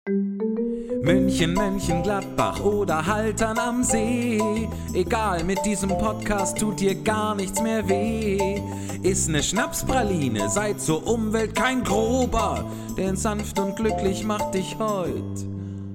München, Mönchengladbach oder Haltern am See. Egal, mit diesem Podcast tut dir gar nichts mehr weh. Iss ne Schnapspraline, sei zur Umwelt kein Grober, denn sanft und glücklich macht dich heut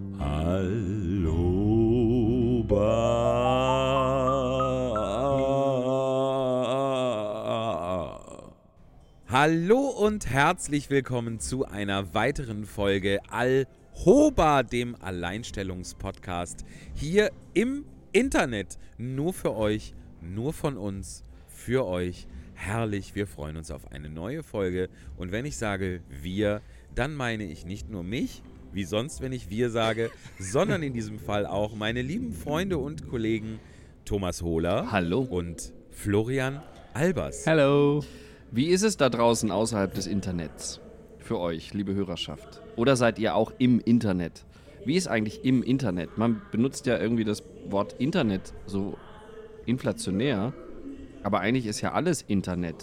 Hallo und herzlich willkommen zu einer weiteren Folge Alhoba, dem Alleinstellungspodcast hier im Internet. Nur für euch, nur von uns, für euch. Herrlich, wir freuen uns auf eine neue Folge. Und wenn ich sage wir, dann meine ich nicht nur mich, wie sonst, wenn ich wir sage, sondern in diesem Fall auch meine lieben Freunde und Kollegen Thomas Hohler. Hallo. Und Florian Albers. Hallo. Wie ist es da draußen außerhalb des Internets für euch, liebe Hörerschaft? Oder seid ihr auch im Internet? Wie ist eigentlich im Internet? Man benutzt ja irgendwie das Wort Internet so inflationär, aber eigentlich ist ja alles Internet.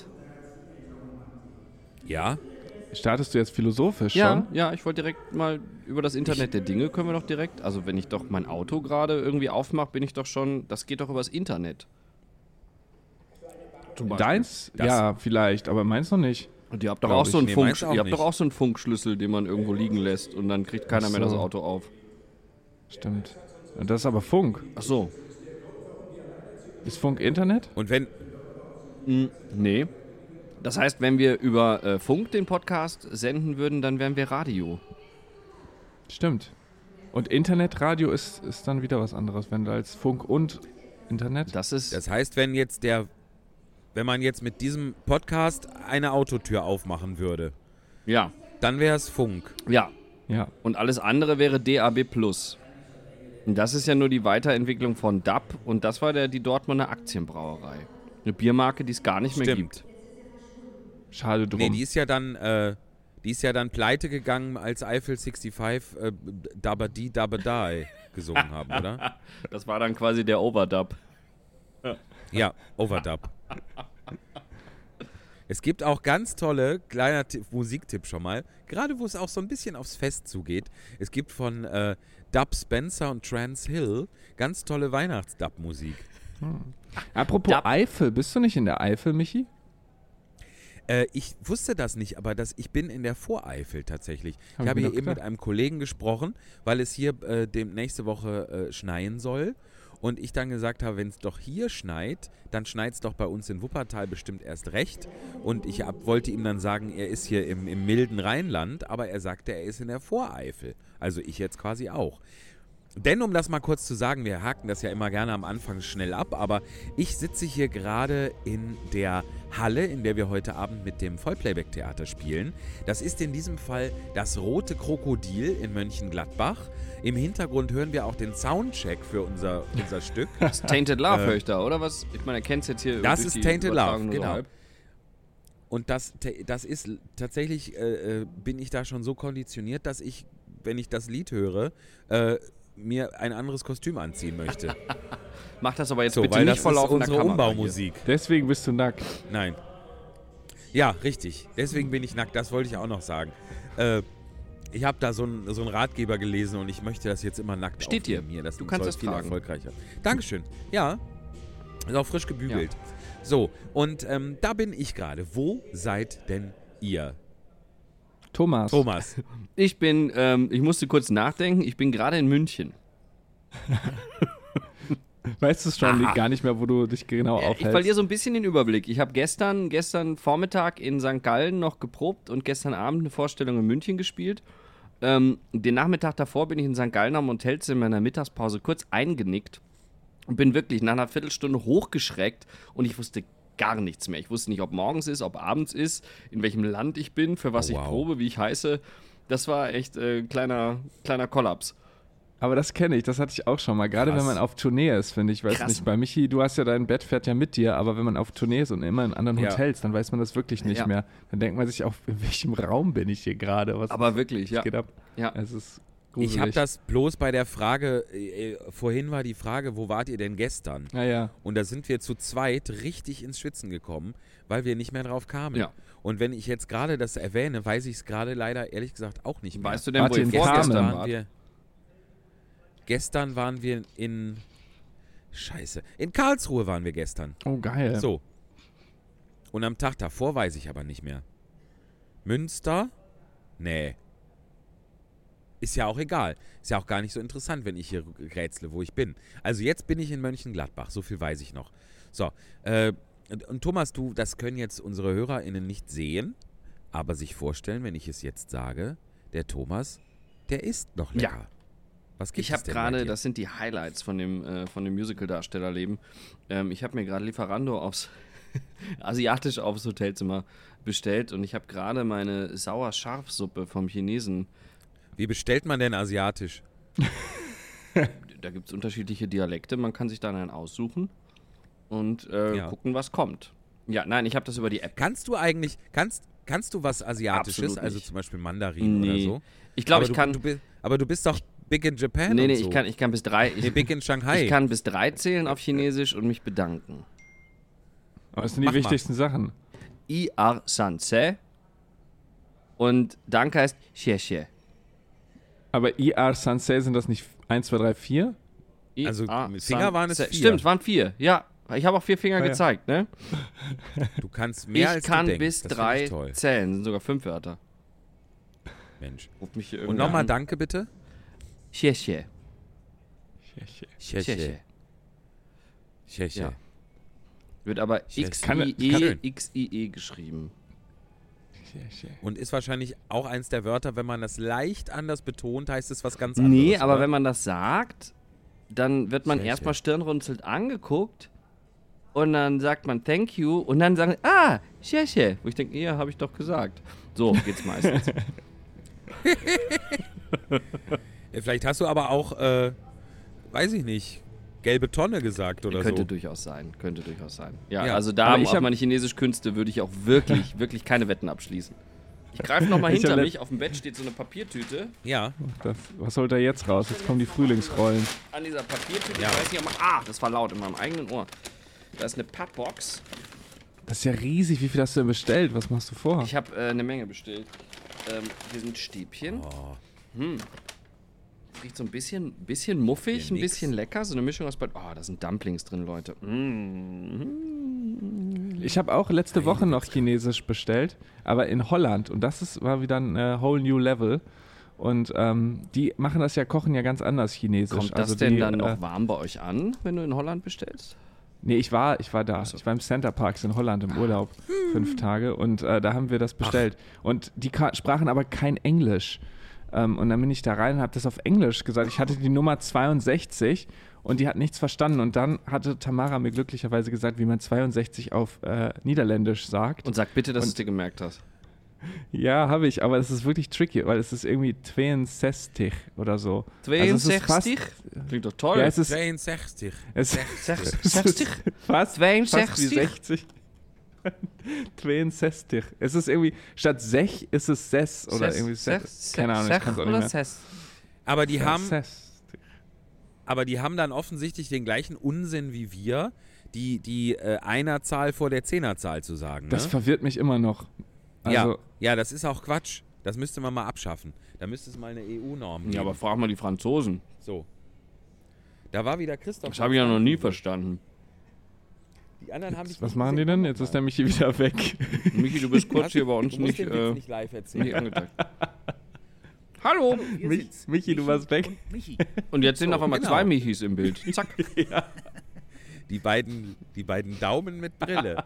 Ja? Startest du jetzt philosophisch schon? Ja, ich wollte direkt mal über das Internet der Dinge, können wir doch direkt, also wenn ich doch mein Auto gerade irgendwie aufmache, bin ich doch schon, das geht doch übers Internet. Deins? Ja, vielleicht, aber meins noch nicht. Und ihr habt doch auch so einen so einen Funkschlüssel, den man irgendwo liegen lässt und dann kriegt keiner mehr das Auto auf. Stimmt. Und das ist aber Funk. Ach so. Ist Funk Internet? Und wenn... Nee. Das heißt, wenn wir über Funk den Podcast senden würden, dann wären wir Radio. Stimmt. Und Internetradio ist dann wieder was anderes, wenn du als Funk und Internet... Das heißt, wenn man jetzt mit diesem Podcast eine Autotür aufmachen würde, ja. Dann wäre es Funk. Ja. Ja. Und alles andere wäre DAB+. Und das ist ja nur die Weiterentwicklung von DAB und das war die Dortmunder Aktienbrauerei. Eine Biermarke, die es gar nicht mehr gibt. Schade drum. Nee, die ist ja dann pleite gegangen, als Eiffel 65 Dabadi Dabadai gesungen haben, oder? Das war dann quasi der Overdub. Ja, Overdub. Es gibt auch ganz tolle, kleiner Musiktipp schon mal, gerade wo es auch so ein bisschen aufs Fest zugeht. Es gibt von Dub Spencer und Trance Hill ganz tolle Weihnachts-Dub-Musik. Apropos Dub. Eifel, bist du nicht in der Eifel, Michi? Ich wusste das nicht, aber ich bin in der Voreifel tatsächlich. Ich Hab habe ich hier mir eben gedacht. mit einem Kollegen gesprochen, weil es hier nächste Woche schneien soll. Und ich dann gesagt habe, wenn es doch hier schneit, dann schneit es doch bei uns in Wuppertal bestimmt erst recht. Und ich wollte ihm dann sagen, er ist hier im milden Rheinland, aber er sagte, er ist in der Voreifel. Also ich jetzt quasi auch. Denn um das mal kurz zu sagen, wir haken das ja immer gerne am Anfang schnell ab, aber ich sitze hier gerade in der Halle, in der wir heute Abend mit dem Vollplayback-Theater spielen. Das ist in diesem Fall das Rote Krokodil in Mönchengladbach. Im Hintergrund hören wir auch den Soundcheck für unser Stück. Das ist Tainted Love, höre ich da, oder was? Ich meine, er kennt es jetzt hier. Das durch ist die Tainted Love, Übertragung nur so genau. halb. Und das ist tatsächlich, bin ich da schon so konditioniert, dass ich, wenn ich das Lied höre, mir ein anderes Kostüm anziehen möchte. Mach das aber jetzt So, bitte weil nicht das vor ist laufender unsere Kamera Umbaumusik. Deswegen bist du nackt. Nein. Ja, richtig. Deswegen bin ich nackt. Das wollte ich auch noch sagen. Ich habe da so einen Ratgeber gelesen und ich möchte das jetzt immer nackt Steht dir. aufnehmen hier. Das Du kannst soll es viel tragen. erfolgreicher. Dankeschön. Ja, ist auch frisch gebügelt. Ja. So, und da bin ich gerade. Wo seid denn ihr? Thomas. Ich musste kurz nachdenken, ich bin gerade in München. Weißt du schon gar nicht mehr, wo du dich genau Ich aufhältst? verliere so ein bisschen den Überblick. Ich habe gestern Vormittag in St. Gallen noch geprobt und gestern Abend eine Vorstellung in München gespielt. Den Nachmittag davor bin ich in St. Gallen am Hotelzimmer in der Mittagspause kurz eingenickt und bin wirklich nach einer Viertelstunde hochgeschreckt und ich wusste gar nichts mehr. Ich wusste nicht, ob morgens ist, ob abends ist, in welchem Land ich bin, für was ich probe, wie ich heiße. Das war echt kleiner Kollaps. Aber das kenne ich, das hatte ich auch schon mal. Gerade wenn man auf Tournee ist, finde ich. Weiß nicht, bei Michi, du hast ja dein Bett, fährt ja mit dir, aber wenn man auf Tournee ist und immer in anderen Hotels, dann weiß man das wirklich nicht mehr. Dann denkt man sich auch, in welchem Raum bin ich hier gerade? Aber wirklich, ja. Geht ab? Ja. Es ist gruselig. Ich habe das bloß bei der Frage, vorhin war die Frage, wo wart ihr denn gestern? Ja. Und da sind wir zu zweit richtig ins Schwitzen gekommen, weil wir nicht mehr drauf kamen. Ja. Und wenn ich jetzt gerade das erwähne, weiß ich es gerade leider ehrlich gesagt auch nicht mehr. Weißt du denn, wo ihr Martin, vorgestern Carmen. wart? Gestern waren wir in Karlsruhe waren wir gestern. Oh, geil. So. Und am Tag davor weiß ich aber nicht mehr. Münster? Nee. Ist ja auch egal. Ist ja auch gar nicht so interessant, wenn ich hier rätsle, wo ich bin. Also jetzt bin ich in Mönchengladbach, so viel weiß ich noch. So, und Thomas, das können jetzt unsere HörerInnen nicht sehen, aber sich vorstellen, wenn ich es jetzt sage, der Thomas, der isst noch lecker. Ja. Was gibt Ich es habe denn gerade, bei dir? das sind die Highlights von dem Musical-Darstellerleben. Ich habe mir gerade Lieferando asiatisch aufs Hotelzimmer bestellt und ich habe gerade meine Sauerscharfsuppe vom Chinesen. Wie bestellt man denn asiatisch? Da gibt es unterschiedliche Dialekte, man kann sich dann einen aussuchen und Ja. gucken, was kommt. Ja, nein, ich habe das über die App. Kannst du eigentlich, kannst du was Asiatisches, Absolut also nicht. zum Beispiel Mandarin oder so? Ich glaube, ich Aber kann. aber du bist doch big in Japan Nee, und nee, so. ich kann bis 3. Nee, big in Shanghai. Ich kann bis 3 zählen auf Chinesisch und mich bedanken. Aber das sind die Mach mal. wichtigsten Sachen. I-ar sanse und Danke heißt Xie. Aber IR Sansei sind das nicht 1, 2, 3, 4? Also, mit Finger waren es 4. Stimmt, waren 4. Ja, ich habe auch 4 Finger Ah, ja. gezeigt, ne? Du kannst mehr als Ich kann du denkst. bis Das find ich 3 toll. zählen, sind sogar 5 Wörter. Mensch. Ruft mich hier Und irgendwer nochmal an. Danke bitte. Xie. Xie. Xie. Ja. Wird aber Kann- Xie geschrieben. Und ist wahrscheinlich auch eins der Wörter, wenn man das leicht anders betont, heißt es was ganz anderes. Nee, aber oder? wenn man das sagt, dann wird man Xie. erstmal stirnrunzelnd angeguckt und dann sagt man Thank you und dann sagen, Xie. Wo ich denke, ja, habe ich doch gesagt. So geht's meistens. Vielleicht hast du aber auch, weiß ich nicht, gelbe Tonne gesagt oder Könnte so. durchaus sein. Ja, Ja, also da aber ich auf hab- meine Chinesischkünste würde ich auch wirklich, wirklich keine Wetten abschließen. Ich greife nochmal Ich hinter hab- mich. Auf dem Bett steht so eine Papiertüte. Ja, Was holt er jetzt raus? Jetzt kommen die Frühlingsrollen. An dieser Papiertüte, Ja. ich weiß nicht, ob man... das war laut in meinem eigenen Ohr. Da ist eine Pappbox. Das ist ja riesig. Wie viel hast du denn bestellt? Was machst du vor? Ich habe eine Menge bestellt. Hier sind Stäbchen. Riecht so ein bisschen muffig, Hier ein nix. bisschen lecker. So eine Mischung aus beiden. Oh, da sind Dumplings drin, Leute. Ich habe auch letzte Woche noch Chinesisch bestellt, aber in Holland. Und war wieder ein whole new level. Und die machen das ja, kochen ja ganz anders Chinesisch. Kommt das also denn die, dann noch warm bei euch an, wenn du in Holland bestellst? Nee, ich war da. Ich war im Center Parks in Holland im Urlaub 5 Tage und da haben wir das bestellt. Und die sprachen aber kein Englisch. Und dann bin ich da rein und habe das auf Englisch gesagt. Ich hatte die Nummer 62 und die hat nichts verstanden. Und dann hatte Tamara mir glücklicherweise gesagt, wie man 62 auf Niederländisch sagt. Und sag bitte, dass du Und- es dir gemerkt hast. Ja, habe ich, aber es ist wirklich tricky, weil es ist irgendwie 62 oder so. Also es ist fast- 62? Klingt doch toll. Ja, es ist, 62. es 60? fast 62? wie 60. 62. Es ist irgendwie, statt Sech ist es Ses oder irgendwie Ses. Keine Ahnung, ich kann es auch nicht mehr. Aber die haben, Ses. dann offensichtlich den gleichen Unsinn wie wir, die Einerzahl vor der Zehnerzahl zu sagen. Das Ne? verwirrt mich immer noch. Also, Ja, das ist auch Quatsch. Das müsste man mal abschaffen. Da müsste es mal eine EU-Norm geben. Ja, aber frag mal die Franzosen. So. Da war wieder Christoph. Das habe ich ja noch nie verstanden. Die anderen haben dich was nicht machen die gesehen. denn? Jetzt ist der Michi wieder weg. Michi, du bist kurz hier bei uns Du musst nicht, den Witz nicht live erzählen. nicht angezeigt. Hallo! Michi, du warst weg. Michi. Und jetzt sind auf einmal genau. 2 Michis im Bild. Zack. Die beiden Daumen mit Brille.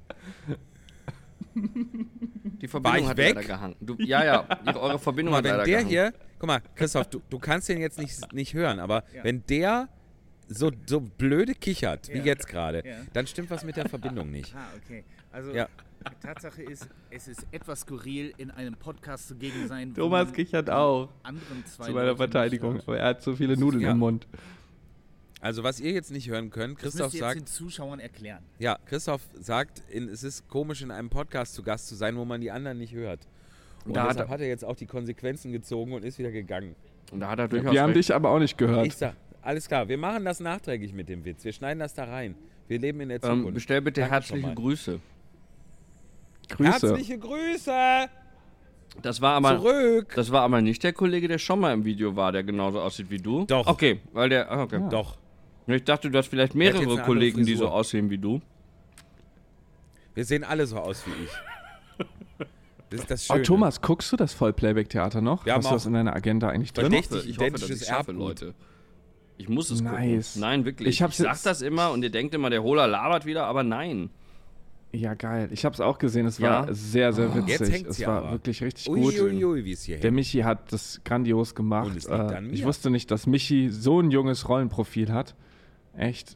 Die Verbindung ich hat weg? leider gehangen. Ja, eure Verbindung Guck mal, hat leider wenn der gehangen. hier, guck mal, Christoph, du kannst den jetzt nicht hören, aber Ja. wenn der so blöde kichert, wie Ja. jetzt gerade, Ja. dann stimmt was mit der Verbindung nicht. Okay. Also, Ja. die Tatsache ist, es ist etwas skurril, in einem Podcast zugegen sein. wo Thomas man kichert die auch. Anderen zwei Zu meiner Leute Verteidigung. nicht hört. Aber er hat so viele Nudeln Ja. im Mund. Also was ihr jetzt nicht hören könnt, Das Christoph müsst ihr jetzt den sagt, Zuschauern erklären. ja, Christoph sagt, es ist komisch in einem Podcast zu Gast zu sein, wo man die anderen nicht hört. Und Da deshalb hat er jetzt auch die Konsequenzen gezogen und ist wieder gegangen. Und da hat er durchaus Wir haben recht. dich aber auch nicht gehört. Ich sag, alles klar, wir machen das nachträglich mit dem Witz. Wir schneiden das da rein. Wir leben in der Zukunft. Bestell bitte Danke herzliche schon mal. Grüße. Grüße. Herzliche Grüße! Das war aber Zurück! Das war aber nicht der Kollege, der schon mal im Video war, der genauso aussieht wie du. Doch. Okay, weil der. Okay. Ja. Doch. Ich dachte, du hast vielleicht hat jetzt mehrere eine andere Kollegen, die so Frisur. aussehen wie du. Wir sehen alle so aus wie ich. Das ist das Oh, Schöne. Thomas, guckst du das Vollplayback-Theater noch? Wir haben Hast du das auch in deiner Agenda eigentlich drin? Verdächtig Ich hoffe, dass identisches ich schaffe, Erbgut. Leute. Ich muss es Nice. gucken. Nein, wirklich. Ich hab's sag jetzt- das immer und ihr denkt immer, der Hohler labert wieder, aber nein. Ja, geil. Ich habe es auch gesehen. Es Ja? war sehr, sehr Jetzt witzig. hängt's Es hier war aber. wirklich richtig gut. Uiuiui, wie es hier Der hängt. Michi hat das grandios gemacht. Und es liegt an Ich mir. wusste nicht, dass Michi so ein junges Rollenprofil hat. Echt.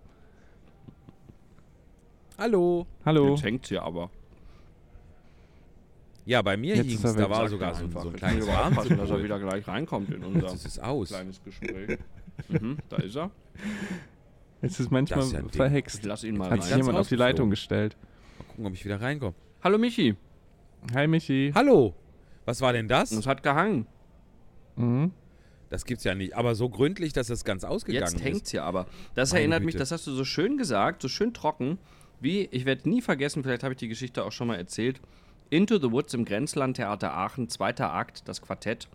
Hallo. Hallo. Jetzt hängt's hier aber. Oh. Ja, bei mir Jetzt hing's, ist er da weg. war Sag sogar mir so einfach. ein Jetzt kleines muss ich aber aufpassen, dass er Warnsymbol. wieder gleich reinkommt in unser Jetzt ist es aus. kleines Gespräch. Da ist er. Es ist manchmal Das ist ja ein Ding. Ich verhext. lass ihn mal Hat sich rein. ganz jemand auf die rausgeflogen. Leitung gestellt. Mal gucken, ob ich wieder reinkomme. Hallo Michi. Hi Michi. Hallo. Was war denn das? Es hat gehangen. Mhm. Das gibt's ja nicht. Aber so gründlich, dass das ganz ausgegangen Jetzt ist. hängt's hier aber. Das Meine erinnert mich, Güte. das hast du so schön gesagt, so schön trocken, wie, ich werde nie vergessen, vielleicht habe ich die Geschichte auch schon mal erzählt, Into the Woods im Grenzland-Theater Aachen, 2. Akt, das Quartett,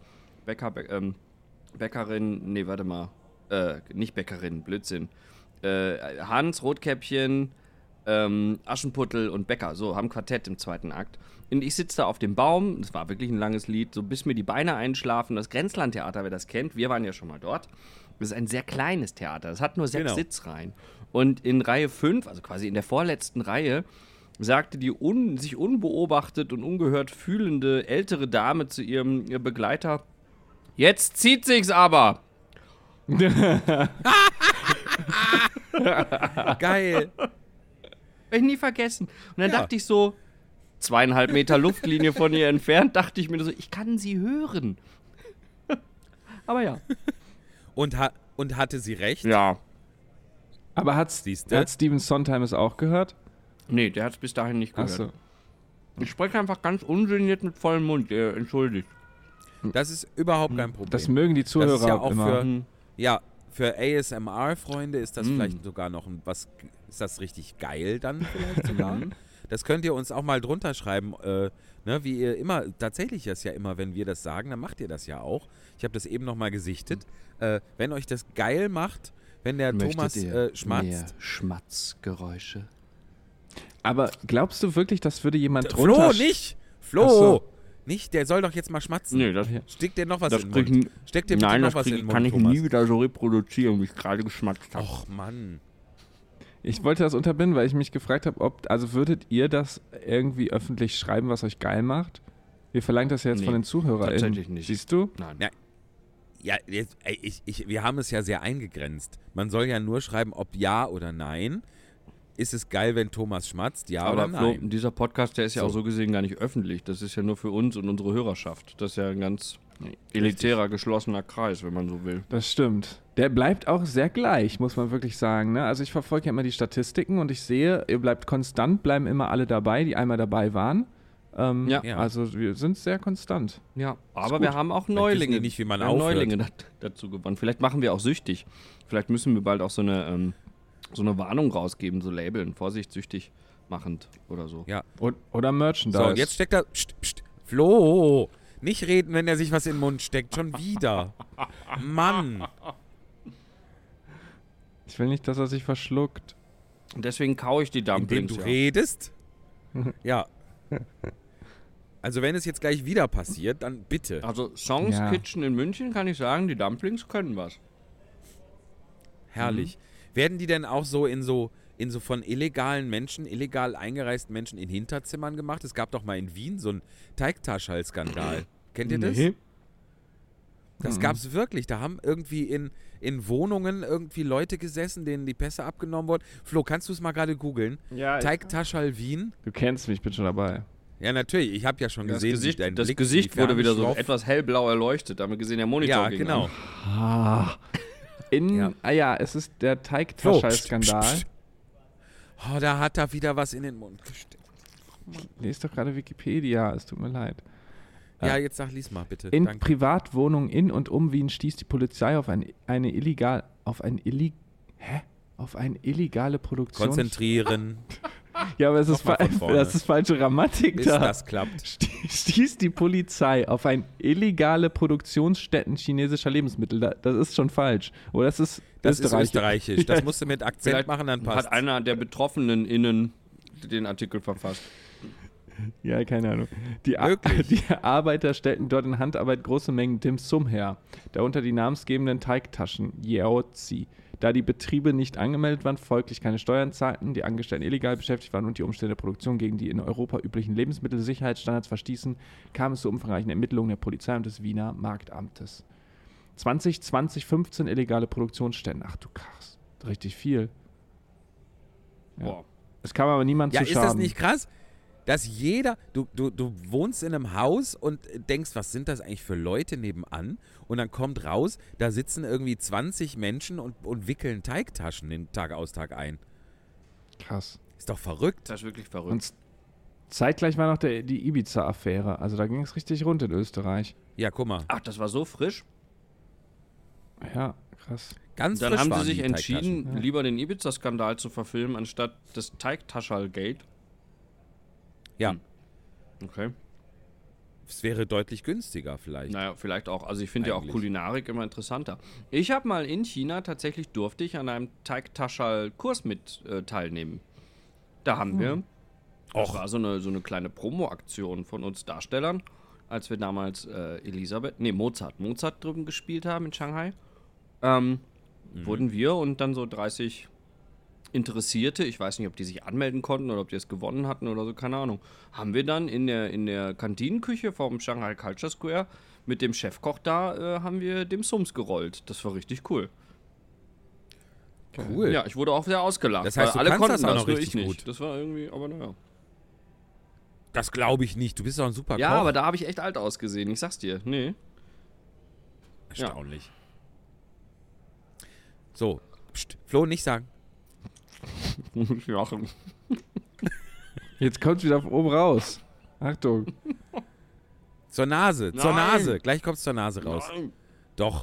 Bäckerin, nee, warte mal, nicht Bäckerin, Blödsinn, Hans, Rotkäppchen, Aschenputtel und Bäcker, so, haben Quartett im 2. Akt. Und ich sitze da auf dem Baum, das war wirklich ein langes Lied, so bis mir die Beine einschlafen. Das Grenzland-Theater, wer das kennt, wir waren ja schon mal dort. Das ist ein sehr kleines Theater, das hat nur 6 Genau. Sitzreihen. Und in Reihe 5, also quasi in der vorletzten Reihe, sagte die sich unbeobachtet und ungehört fühlende ältere Dame zu ihrem Begleiter, jetzt zieht sich's aber. Geil. Werde ich nie vergessen. Und dann Ja. dachte ich so, 2,5 Meter Luftlinie von ihr entfernt, dachte ich mir so, ich kann sie hören. Aber ja. Und hatte sie recht? Ja. Aber hat Siehste? Steven Sondheim es auch gehört? Nee, der hat es bis dahin nicht gehört. Achso. Ich spreche einfach ganz ungeniert mit vollem Mund, entschuldigt. Das ist überhaupt kein Problem. Das mögen die Zuhörer Das ist ja auch immer. für ASMR-Freunde ist das vielleicht sogar noch ist das richtig geil dann vielleicht sogar. Das könnt ihr uns auch mal drunter schreiben, ne, wie ihr immer, tatsächlich ist ja immer, wenn wir das sagen, dann macht ihr das ja auch. Ich habe das eben nochmal gesichtet. Wenn euch das geil macht, wenn der Thomas schmatzt. Schmatzgeräusche? Aber glaubst du wirklich, das würde jemand Flo, drunter... nicht! Flo! Ach so. Nicht, der soll doch jetzt mal schmatzen. Nee, das, Steckt dir noch was das in krieg den Mund? ich, Steck dir bitte nein, noch das was in den Mund, kann ich Thomas. nie wieder so reproduzieren, wie ich gerade geschmatzt habe. Och, Mann. Ich wollte das unterbinden, weil ich mich gefragt habe, also würdet ihr das irgendwie öffentlich schreiben, was euch geil macht? Wir verlangen das ja jetzt Nee, von den ZuhörerInnen. tatsächlich nicht. Siehst du? Nein. Ja, Ja, jetzt, wir haben es ja sehr eingegrenzt. Man soll ja nur schreiben, ob ja oder nein. Ist es geil, wenn Thomas schmatzt? Ja Aber oder Flo, nein? dieser Podcast, der ist ja So. auch so gesehen gar nicht öffentlich. Das ist ja nur für uns und unsere Hörerschaft. Das ist ja ein ganz elitärer, geschlossener Kreis, wenn man so will. Das stimmt. Der bleibt auch sehr gleich, muss man wirklich sagen. Ne? Also ich verfolge ja immer die Statistiken und ich sehe, ihr bleibt konstant, bleiben immer alle dabei, die einmal dabei waren. Ja. Ja. Also wir sind sehr konstant. Ja, aber gut. wir haben auch wissen Neulinge. die nicht, wie man wir haben aufhört. Neulinge dazu gewonnen. Vielleicht machen wir auch süchtig. Vielleicht müssen wir bald auch so eine Warnung rausgeben, so labeln. Vorsicht, süchtig machend oder so. Ja. Oder Merchandise. So, jetzt steckt er. Psst, psst. Flo! Nicht reden, wenn er sich was in den Mund steckt. Schon wieder. Mann. Ich will nicht, dass er sich verschluckt. Und deswegen kaue ich die Indem Dumplings. du Ja. redest? Ja. Also wenn es jetzt gleich wieder passiert, dann bitte. Also Songs Ja. Kitchen in München kann ich sagen, die Dumplings können was. Herrlich. Werden die denn auch so in so von illegalen Menschen, illegal eingereisten Menschen in Hinterzimmern gemacht? Es gab doch mal in Wien so einen Teigtaschall-Skandal. Kennt ihr das? Nee. Das gab's wirklich. Da haben irgendwie in Wohnungen irgendwie Leute gesessen, denen die Pässe abgenommen wurden. Flo, kannst du es mal gerade googeln? Ja, Teigtaschall Wien? du kennst mich, ich bin schon dabei. Ja, natürlich. Ich habe ja schon Das gesehen, Gesicht, wie dein das Blick Gesicht in die wurde Ferne wieder so schroff. etwas hellblau erleuchtet. Damit gesehen der Monitor Ja, ging genau. an. Ja. Es ist der Flo, Teigtaschall-Skandal. pst, pst, pst. Oh, da hat er wieder was in den Mund gesteckt. Ich lese doch gerade Wikipedia, es tut mir leid. Ja, jetzt lies mal bitte. In Danke. Privatwohnungen in und um Wien stieß die Polizei auf eine illegale Produktion. Konzentrieren, Ja, aber es ist, Nochmal von vorne. das ist falsche Grammatik bis da. das klappt. Stieß die Polizei auf eine illegale Produktionsstätten chinesischer Lebensmittel. Das ist schon falsch. Oder das ist Das ist österreichisch. österreichisch. Das musst du mit Akzent Vielleicht machen, dann passt. hat einer der Betroffenen innen den Artikel verfasst. Ja, keine Ahnung. Die Wirklich? Arbeiter stellten dort in Handarbeit große Mengen Dim Sum her, darunter die namensgebenden Teigtaschen, Yaozi. Da die Betriebe nicht angemeldet waren, folglich keine Steuern zahlten, die Angestellten illegal beschäftigt waren und die Umstände der Produktion gegen die in Europa üblichen Lebensmittelsicherheitsstandards verstießen, kam es zu umfangreichen Ermittlungen der Polizei und des Wiener Marktamtes. 15 illegale Produktionsstätten. Ach du krass, richtig viel. Ja. Boah. Es kam aber niemand Ja, zu ist Schaden. das nicht krass? Dass jeder, du wohnst in einem Haus und denkst, was sind das eigentlich für Leute nebenan? Und dann kommt raus, da sitzen irgendwie 20 Menschen und wickeln Teigtaschen den Tag aus, Tag ein. Krass. Ist doch verrückt. Das ist wirklich verrückt. Und zeitgleich war noch die Ibiza-Affäre. Also da ging es richtig rund in Österreich. Ja, guck mal. Ach, das war so frisch. Ja, krass. Ganz Dann frisch haben waren sie sich die entschieden, Teigtaschen. lieber den Ibiza-Skandal zu verfilmen, anstatt das Teigtaschel-Gate. Ja, Okay. es wäre deutlich günstiger vielleicht. Naja, vielleicht auch. Also ich finde ja auch Eigentlich. Kulinarik immer interessanter. Ich habe mal in China tatsächlich durfte ich an einem Teigtaschel-Kurs mit teilnehmen. Da haben wir, das war so eine kleine Promo-Aktion von uns Darstellern, als wir damals Mozart drüben gespielt haben in Shanghai. Wurden wir und dann so 30 Interessierte, ich weiß nicht, ob die sich anmelden konnten oder ob die es gewonnen hatten oder so, keine Ahnung, haben wir dann in der Kantinenküche vom Shanghai Culture Square mit dem Chefkoch da, haben wir Dim Sums gerollt. Das war richtig cool. Cool. Ja, ich wurde auch wieder ausgelacht. Das heißt, weil du alle kannst konnten das auch das, noch nur richtig ich nicht. gut. Das war irgendwie, aber naja. Das glaube ich nicht. Du bist doch ein super Ja, Koch. aber da habe ich echt alt ausgesehen, ich sag's dir. Nee. Erstaunlich. So, pst, Flo, nicht sagen. Joachim. Jetzt kommt's wieder von oben raus. Achtung. Zur Nase, zur Nein. Nase. Gleich kommt's zur Nase raus. Nein. Doch.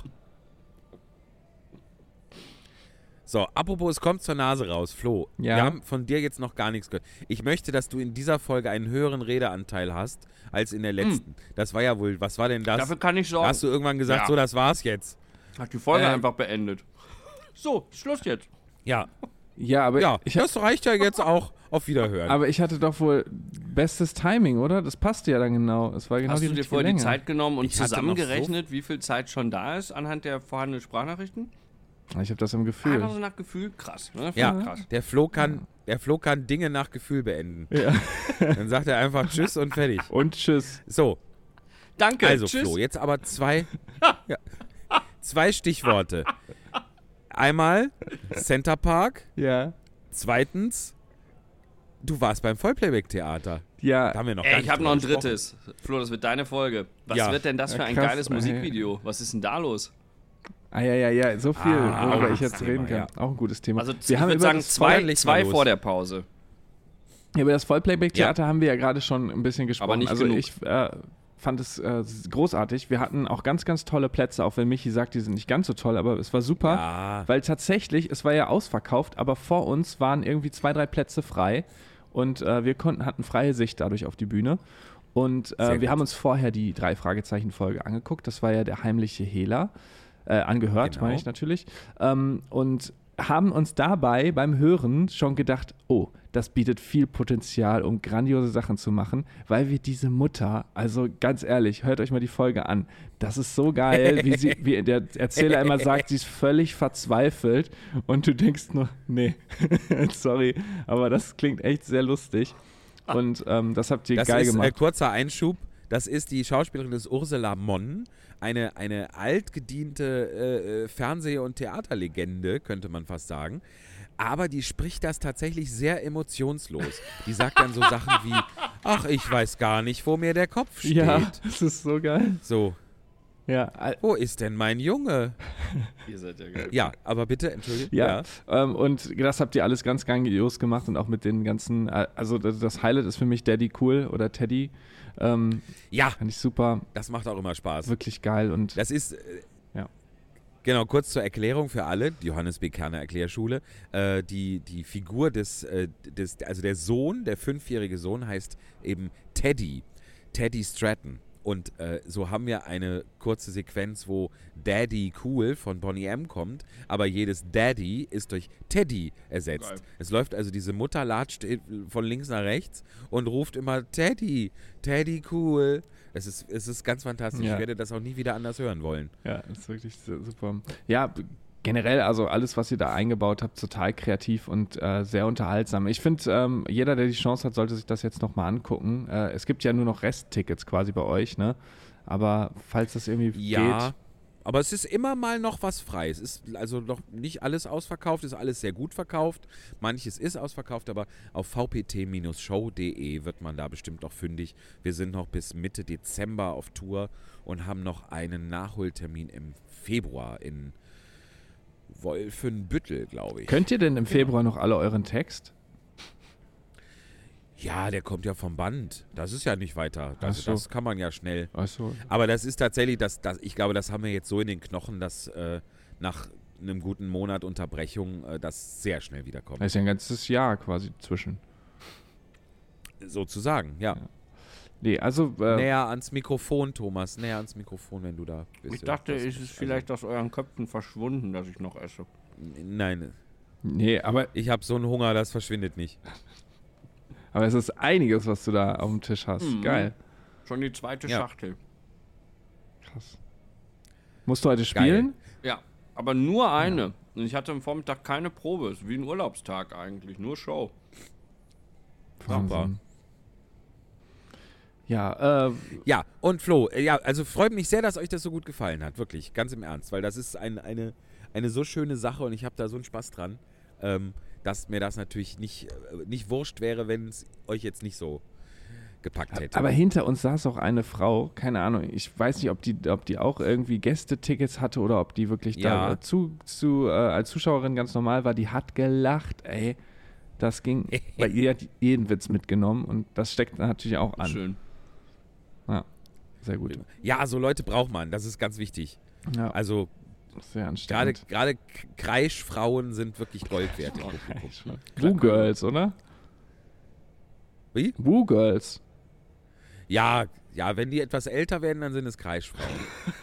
So, apropos, es kommt zur Nase raus. Flo, Ja. wir haben von dir jetzt noch gar nichts gehört. Ich möchte, dass du in dieser Folge einen höheren Redeanteil hast als in der letzten. Das war ja wohl, was war denn das? Dafür kann ich Da sorgen. hast du irgendwann gesagt, Ja. so, das war's jetzt. Hat die Folge Ähm. einfach beendet. So, Schluss jetzt. Ja, Ja, aber ja, das reicht ja jetzt auch. Auf Wiederhören. aber ich hatte doch wohl bestes Timing, oder? Das passte ja dann genau. Es war genau Hast die du dir richtige vorher Länge. die Zeit genommen und Ich hatte noch zusammengerechnet, wie viel Zeit schon da ist anhand der vorhandenen Sprachnachrichten? Ich habe das im Gefühl. Einfach so nach Gefühl? Krass. Ne? Ja, Krass. der Flo kann Dinge nach Gefühl beenden. Ja. Dann sagt er einfach Tschüss und fertig. Und tschüss. So, Danke. also Tschüss. Flo, jetzt aber zwei Stichworte. Einmal Center Park. Ja. Zweitens, du warst beim Vollplayback-Theater. Ja. Da haben wir noch gar Ich nicht habe noch ein drüber gesprochen. drittes. Flo, das wird deine Folge. Was Ja. wird denn das Ja, für ein krass, geiles ey. Musikvideo? Was ist denn da los? Ja. So viel, Ah, worüber auch ich jetzt ein reden Thema, kann. Auch ein gutes Thema. Also wir ich haben würde über sagen, das zwei leg mal los. vor der Pause. Über das Vollplayback-Theater haben wir ja gerade schon ein bisschen gesprochen. Aber nicht also genug. ich fand es großartig. Wir hatten auch ganz, ganz tolle Plätze, auch wenn Michi sagt, die sind nicht ganz so toll, aber es war super. Ja, Weil tatsächlich, es war ja ausverkauft, aber vor uns waren irgendwie 2, 3 Plätze frei und wir hatten freie Sicht dadurch auf die Bühne. Und Sehr wir gut. haben uns vorher die 3-Fragezeichen-Folge angeguckt. Das war ja der heimliche Hehler. Angehört, Genau. meine ich natürlich. Und haben uns dabei beim Hören schon gedacht, oh, das bietet viel Potenzial, um grandiose Sachen zu machen, weil wir diese Mutter, also ganz ehrlich, hört euch mal die Folge an. Das ist so geil, wie der Erzähler immer sagt, sie ist völlig verzweifelt und du denkst nur, nee, sorry, aber das klingt echt sehr lustig und das habt ihr das geil ist gemacht. kurzer Einschub. Das ist die Schauspielerin des Ursula Monn, eine altgediente Fernseh- und Theaterlegende, könnte man fast sagen. Aber die spricht das tatsächlich sehr emotionslos. Die sagt dann so Sachen wie, ach, ich weiß gar nicht, wo mir der Kopf steht. Ja, das ist so geil. So. Ja, Wo ist denn mein Junge? Ihr seid ja geil. Ja, aber bitte, entschuldigt. ja. Und das habt ihr alles ganz grandios gemacht und auch mit den ganzen, also das Highlight ist für mich Daddy Cool oder Teddy. Ja, Fand ich super, das macht auch immer Spaß. wirklich geil und Das ist, Ja. Genau, kurz zur Erklärung für alle, die Johannes B. Kerner Erklärschule. Die Figur also der Sohn, der 5-jährige Sohn heißt eben Teddy Stratton. Und so haben wir eine kurze Sequenz, wo Daddy Cool von Boney M. kommt, aber jedes Daddy ist durch Teddy ersetzt. Geil. Es läuft also, diese Mutter latscht von links nach rechts und ruft immer Teddy Cool. Es ist ganz fantastisch. Ja. Ich werde das auch nie wieder anders hören wollen. ja, das ist wirklich super. Ja, generell, also alles, was ihr da eingebaut habt, total kreativ und sehr unterhaltsam. Ich finde, jeder, der die Chance hat, sollte sich das jetzt nochmal angucken. Es gibt ja nur noch Resttickets quasi bei euch, ne? Aber falls das irgendwie Ja, geht, aber es ist immer mal noch was frei. Es ist also noch nicht alles ausverkauft, ist alles sehr gut verkauft. Manches ist ausverkauft, aber auf vpt-show.de wird man da bestimmt noch fündig. Wir sind noch bis Mitte Dezember auf Tour und haben noch einen Nachholtermin im Februar in Wolfenbüttel, glaube ich. könnt ihr denn im Februar noch alle euren Text? Ja, der kommt ja vom Band. Das ist ja nicht weiter. Also, Ach so. das kann man ja schnell. Achso. Aber das ist tatsächlich, ich glaube, das haben wir jetzt so in den Knochen, dass nach einem guten Monat Unterbrechung das sehr schnell wiederkommt. Da ist ja ein ganzes Jahr quasi zwischen. Sozusagen, ja. Nee, also Näher ans Mikrofon, Thomas. Näher ans Mikrofon, wenn du da bist. Ich dachte, ist es vielleicht aus euren Köpfen verschwunden, dass ich noch esse. Nein, nee, aber ich habe so einen Hunger, das verschwindet nicht. es ist einiges, was du da auf dem Tisch hast. Mhm. Geil. Schon die zweite Ja. Schachtel. Krass. Musst du heute spielen? Ja, aber nur eine. Und ich hatte am Vormittag keine Probe. Ist wie ein Urlaubstag eigentlich, nur Show. Wahnsinn. Ja, Ja, und Flo, ja, also freut mich sehr, dass euch das so gut gefallen hat. Wirklich, ganz im Ernst. Weil das ist eine so schöne Sache und ich habe da so einen Spaß dran, dass mir das natürlich nicht wurscht wäre, wenn es euch jetzt nicht so gepackt hätte. aber hinter uns saß auch eine Frau, keine Ahnung, ich weiß nicht, ob die auch irgendwie Gästetickets hatte oder ob die wirklich Ja. da als Zuschauerin ganz normal war, die hat gelacht, ey. Das ging, weil ihr hat jeden Witz mitgenommen und das steckt natürlich auch an. Schön. Ja, sehr gut. Ja, so Leute braucht man, das ist ganz wichtig. Ja, Also sehr anstrengend. gerade Kreischfrauen sind wirklich Gold wert im Publikum. Woo Girls, oder? Wie? Woo Girls. Ja, wenn die etwas älter werden, dann sind es Kreischfrauen.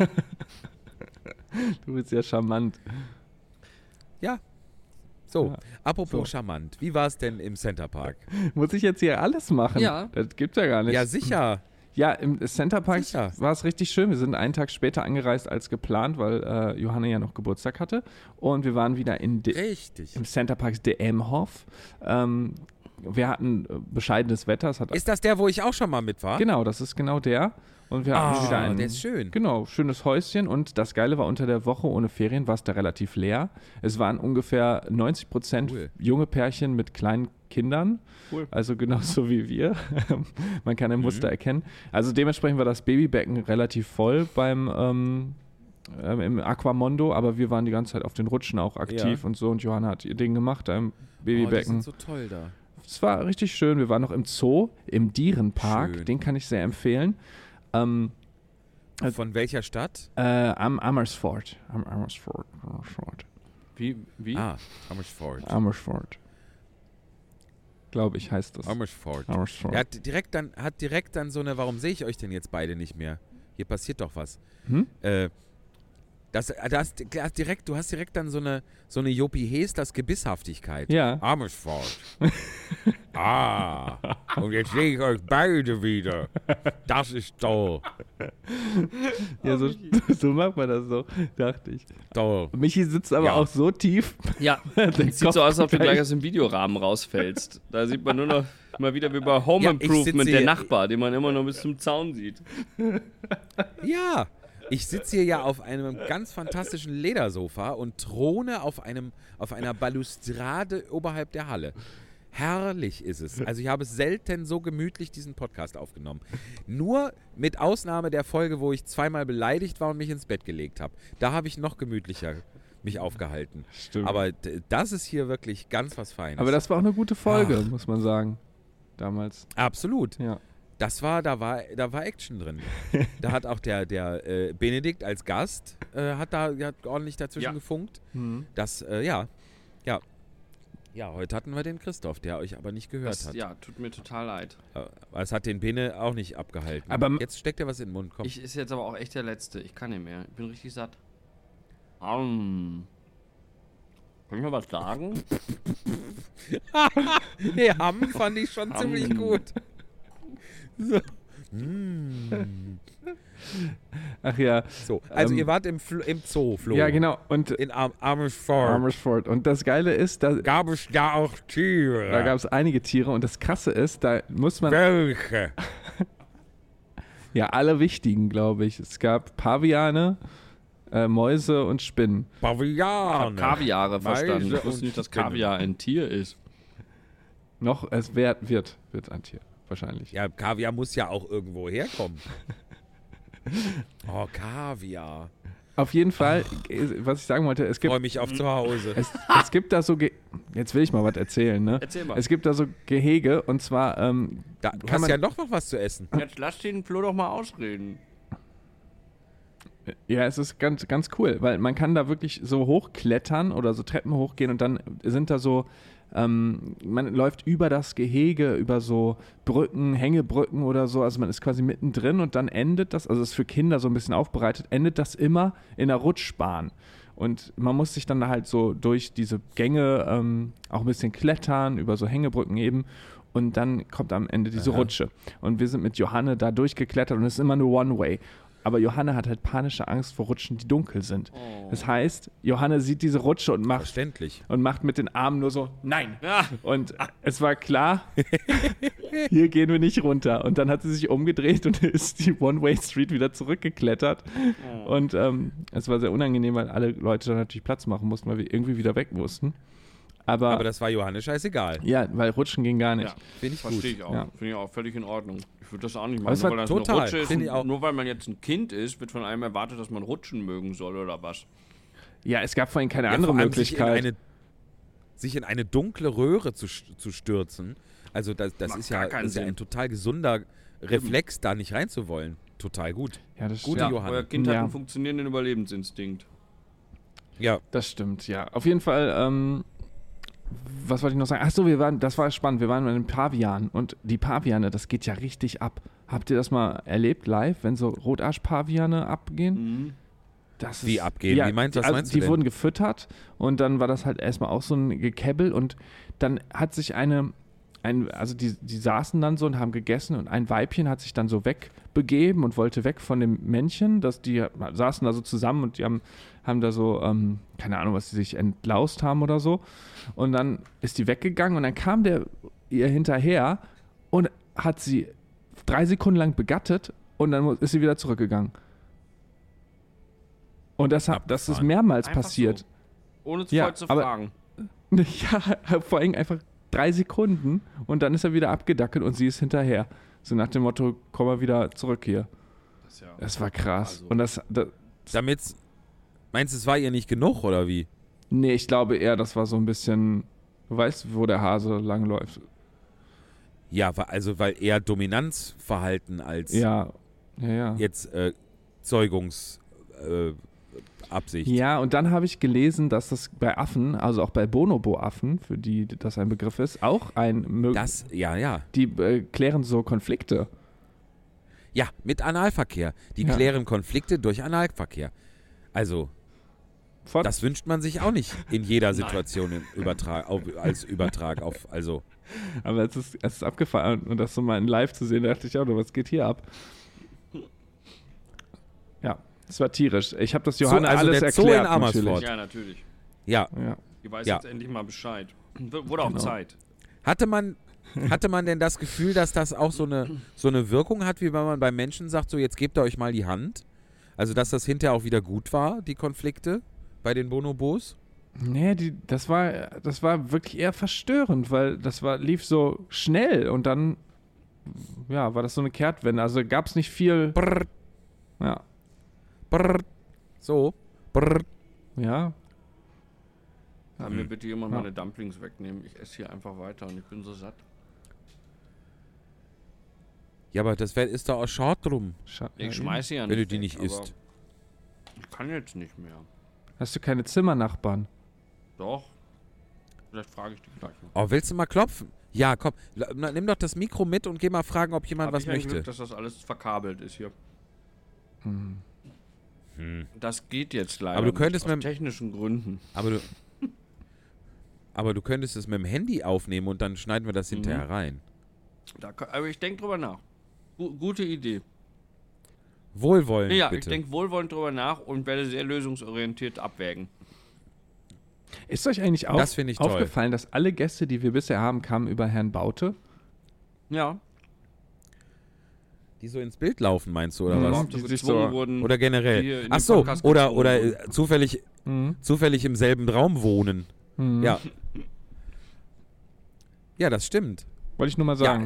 Du bist ja charmant. Ja. So, Ja, apropos so. charmant, wie war es denn im Centerpark? Muss ich jetzt hier alles machen? Ja. Das gibt's ja gar nicht. Ja, sicher. Ja, im Centerpark Sicher. war es richtig schön. Wir sind einen Tag später angereist als geplant, weil Johanna ja noch Geburtstag hatte. Und wir waren wieder Richtig. im Centerpark de Emhof. Wir hatten bescheidenes Wetter. Es hat Ist das der, wo ich auch schon mal mit war? genau, das ist genau der. Und wir hatten wieder ein der ist schön. Genau, schönes Häuschen. Und das Geile war, unter der Woche ohne Ferien war es da relativ leer. Es waren ungefähr 90% Cool. junge Pärchen mit kleinen Kindern. Cool. Also genauso wie wir. Man kann ein Muster erkennen. Also dementsprechend war das Babybecken relativ voll im Aquamondo, aber wir waren die ganze Zeit auf den Rutschen auch aktiv Ja. und so. Und Johanna hat ihr Ding gemacht da im Oh, die Babybecken. sind so toll da. Es war richtig schön. Wir waren noch im Zoo, im Dierenpark. Schön. Den kann ich sehr empfehlen. Von welcher Stadt? Am Amersfoort. Amersfoort. Wie? Amersfoort. Amersfoort. Glaube ich, heißt das. Amersfoort. Amersfoort. Er hat direkt dann so eine, warum sehe ich euch denn jetzt beide nicht mehr? Hier passiert doch was. Hm? Du hast direkt dann so eine Jopi Hesters Gebisshaftigkeit. Ja. Amersfoort. Und jetzt sehe ich euch beide wieder. Das ist toll. Ja, so macht man das so, dachte ich. Toll. Michi sitzt aber Ja. auch so tief. Ja, Der sieht Kopf so aus, als ob du gleich- gleich aus dem Videorahmen rausfällst. Da sieht man nur noch mal wieder wie bei Home Ja, ich Improvement, sitze der hier- Nachbar, den man immer noch bis zum Zaun sieht. Ja, ich sitze hier ja auf einem ganz fantastischen Ledersofa und throne auf einer Balustrade oberhalb der Halle. Herrlich ist es. Also ich habe selten so gemütlich diesen Podcast aufgenommen. Nur mit Ausnahme der Folge, wo ich zweimal beleidigt war und mich ins Bett gelegt habe. Da habe ich noch gemütlicher mich aufgehalten. Stimmt. Aber das ist hier wirklich ganz was Feines. Aber das war auch eine gute Folge, muss man sagen. Damals. Absolut. Ja. Da war Action drin. Da hat auch der Benedikt als Gast hat ordentlich dazwischen gefunkt. Mhm. Das, Ja, heute hatten wir den Christoph, der euch aber nicht gehört hat. Ja, tut mir total leid. Es hat den Bene auch nicht abgehalten. Aber jetzt steckt er was in den Mund. Komm. Ich ist jetzt aber auch echt der Letzte. Ich kann nicht mehr. Ich bin richtig satt. Kann ich mal was sagen? Nee, Hamm fand ich schon ziemlich gut. So. Ach ja. So, also ihr wart im Zoo, Flo. Ja, genau. Und In Amersfoort. Amersfoort. Und das Geile ist, da Gab es da auch Tiere? Da gab es einige Tiere und das Krasse ist, da muss man... Welche? Ja, alle wichtigen, glaube ich. Es gab Paviane, Mäuse und Spinnen. Paviane. Kaviare verstanden. Meise Ich wusste nicht, dass und Spinnen. Kaviar ein Tier ist. Noch, es wird ein Tier, wahrscheinlich. Ja, Kaviar muss ja auch irgendwo herkommen. Oh, Kaviar. Auf jeden Fall, was ich sagen wollte, es Ich freue gibt, mich auf zu Hause. es gibt da so... Jetzt will ich mal was erzählen, ne? Erzähl mal. Es gibt da so Gehege und zwar... Du kann hast man- ja noch was zu essen. Jetzt lass den Flo doch mal ausreden. Ja, es ist ganz, ganz cool, weil man kann da wirklich so hochklettern oder so Treppen hochgehen und dann sind da so, man läuft über das Gehege, über so Brücken, Hängebrücken oder so, also man ist quasi mittendrin und dann endet das, also das ist für Kinder so ein bisschen aufbereitet, endet das immer in einer Rutschbahn. Und man muss sich dann da halt so durch diese Gänge auch ein bisschen klettern, über so Hängebrücken eben. Und dann kommt am Ende diese Rutsche. Und wir sind mit Johanne da durchgeklettert und es ist immer nur One-Way. Aber Johanne hat halt panische Angst vor Rutschen, die dunkel sind. Das heißt, Johanne sieht diese Rutsche und Verständlich. macht mit den Armen nur so, nein. Ja. Und es war klar, hier gehen wir nicht runter. Und dann hat sie sich umgedreht und ist die One-Way-Street wieder zurückgeklettert. Und es war sehr unangenehm, weil alle Leute dann natürlich Platz machen mussten, weil wir irgendwie wieder weg mussten. Aber das war Johannes scheißegal. ja, weil Rutschen ging gar nicht. Ja, Finde ich verstehe gut. ich auch. Ja. Finde ich auch völlig in Ordnung. Ich würde das auch nicht Aber machen. es war Nur weil das total, eine Rutsche ist, finde ich auch. nur weil man jetzt ein Kind ist, wird von einem erwartet, dass man rutschen mögen soll oder was. Ja, es gab vorhin keine Ja, andere vor allem Möglichkeit. sich in eine dunkle Röhre zu stürzen. Also das Macht ist gar ja, keinen ist ja Sinn. ein total gesunder Reflex, da nicht reinzuwollen. Total gut. Ja, das Gute stimmt. Johanne. Euer Kind hat Ja. einen funktionierenden Überlebensinstinkt. Ja. Das stimmt, ja. Auf jeden Fall, was wollte ich noch sagen? Achso, das war spannend, wir waren mit den Pavianen und die Paviane, das geht ja richtig ab. Habt ihr das mal erlebt live, wenn so Rotarsch-Paviane abgehen? Das Wie abgehen? Wie meinst du die denn? wurden gefüttert und dann war das halt erstmal auch so ein Gekäbbel und dann hat sich also die saßen dann so und haben gegessen und ein Weibchen hat sich dann so wegbegeben und wollte weg von dem Männchen, die saßen da so zusammen und die haben da so, keine Ahnung, was sie sich entlaust haben oder so. Und dann ist die weggegangen und dann kam der ihr hinterher und hat sie 3 Sekunden lang begattet und dann ist sie wieder zurückgegangen. Und das ist Abgefahren. mehrmals Einfach passiert. so. Ohne Ja, voll zu aber- fragen. Ja, vor allem einfach 3 Sekunden und dann ist er wieder abgedackelt und sie ist hinterher. So nach dem Motto, komm mal wieder zurück hier. Das ist ja Das war krass. Also- Und das Meinst du, es war ihr nicht genug, oder wie? nee, ich glaube eher, das war so ein bisschen, du weißt, wo der Hase langläuft. Ja, weil eher Dominanzverhalten als Ja. jetzt Zeugungsabsicht. Ja, und dann habe ich gelesen, dass das bei Affen, also auch bei Bonobo-Affen, für die das ein Begriff ist, auch die klären so Konflikte. Ja, mit Analverkehr. Die Ja. klären Konflikte durch Analverkehr. Also, das wünscht man sich auch nicht in jeder Situation als Übertrag auf. Also, Aber es ist abgefahren und das so mal in live zu sehen, da dachte ich auch, was geht hier ab? Ja, es war tierisch. Ich habe das Johanna also alles der Zoo in erklärt. Amersfoort. natürlich. Ja, natürlich. ja. Ja. Die weiß Ja. jetzt endlich mal Bescheid. Wurde auch Genau. Zeit. Hatte man denn das Gefühl, dass das auch so eine Wirkung hat, wie wenn man beim Menschen sagt, so jetzt gebt ihr euch mal die Hand? Also, dass das hinterher auch wieder gut war, die Konflikte bei den Bonobos? Nee, das war wirklich eher verstörend, weil lief so schnell und dann war das so eine Kehrtwende. Also gab es nicht viel. Brrr, Ja. brrr, so. Brrr. Ja. Kann mir bitte jemand meine Dumplings wegnehmen? Ich esse hier einfach weiter und ich bin so satt. Ja, aber das ist doch auch schade drum, Ich schmeiße ja nicht. wenn du die weg, nicht aber isst. Ich kann jetzt nicht mehr. Hast du keine Zimmernachbarn? Doch. Vielleicht frage ich dich gleich noch. Oh, willst du mal klopfen? Ja, komm, nimm doch das Mikro mit und geh mal fragen, ob jemand Hab was ich ein möchte. Glück, dass das alles verkabelt ist hier. Hm. Das geht jetzt leider Aber du könntest nicht, aus mit- technischen Gründen. Aber du könntest es mit dem Handy aufnehmen und dann schneiden wir das hinterher rein. Aber ich denke drüber nach. Gute Idee. Wohlwollend, Ja, bitte. ich denke wohlwollend drüber nach und werde sehr lösungsorientiert abwägen. Ist euch eigentlich Das finde ich toll. aufgefallen, dass alle Gäste, die wir bisher haben, kamen über Herrn Baute? Ja. Die so ins Bild laufen, meinst du, oder Mhm. was? Die sich gezwungen so- wurden. Oder die hier generell? in Ach den so, Podcast oder gezwungen wurden. zufällig im selben Raum wohnen. Mhm. Ja. Ja, das stimmt. Wollte ich nur mal Ja, sagen.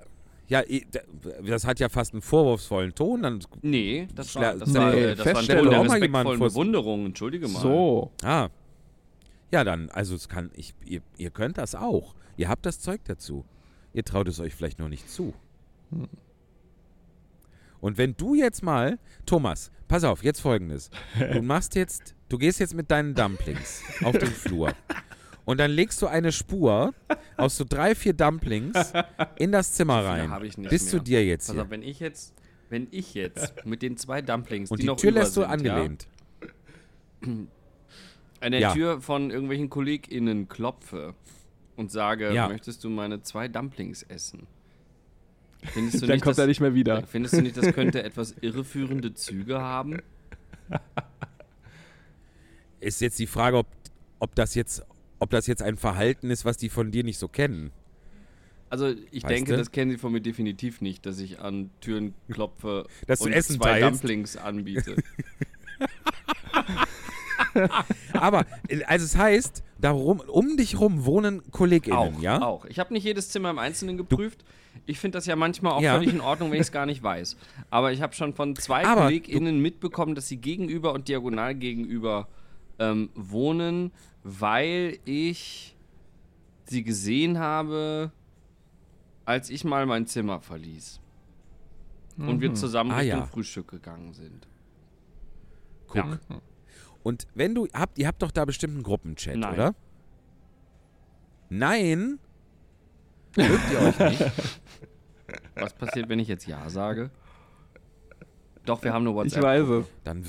das hat ja fast einen vorwurfsvollen Ton. Dann, Nee, das war, Nee, das war ein Ton Feststellung. der Auch mal respektvollen jemanden vor- Bewunderung. Entschuldige mal. So. ja, dann, also ihr könnt das auch. Ihr habt das Zeug dazu. Ihr traut es euch vielleicht noch nicht zu. Und wenn du jetzt mal, Thomas, pass auf, jetzt Folgendes. Du gehst jetzt mit deinen Dumplings auf den Flur. Und dann legst du eine Spur aus so 3, 4 Dumplings in das Zimmer rein. hab ich nicht Bis mehr. zu dir jetzt Pass hier. auf, wenn ich jetzt mit den 2 Dumplings, Und die die noch Tür über lässt du sind, angelehnt. an der Ja. Tür von irgendwelchen KollegInnen klopfe und sage, Ja. möchtest du meine 2 Dumplings essen? Findest du Dann nicht, kommt er nicht mehr wieder. Findest du nicht, das könnte etwas irreführende Züge haben? Ist jetzt die Frage, ob das jetzt ein Verhalten ist, was die von dir nicht so kennen. Also ich Weißt denke, du? das kennen sie von mir definitiv nicht, dass ich an Türen klopfe Dass du und Essen 2 teilst. Dumplings anbiete. Aber, also es heißt, um dich rum wohnen KollegInnen, Auch, ja? auch. Ich habe nicht jedes Zimmer im Einzelnen geprüft. Ich finde das ja manchmal auch Ja. völlig in Ordnung, wenn ich es gar nicht weiß. Aber ich habe schon von 2 Aber KollegInnen mitbekommen, dass sie gegenüber und diagonal gegenüber wohnen, weil ich sie gesehen habe, als ich mal mein Zimmer verließ. Und wir zusammen Ah, Richtung ja. Frühstück gegangen sind. Guck. Ja. Und wenn ihr habt doch da bestimmt einen Gruppenchat, Nein. oder? Nein? Mögt ihr euch nicht? Was passiert, wenn ich jetzt Ja sage? Doch, wir haben eine Ich WhatsApp. weiß es. Dann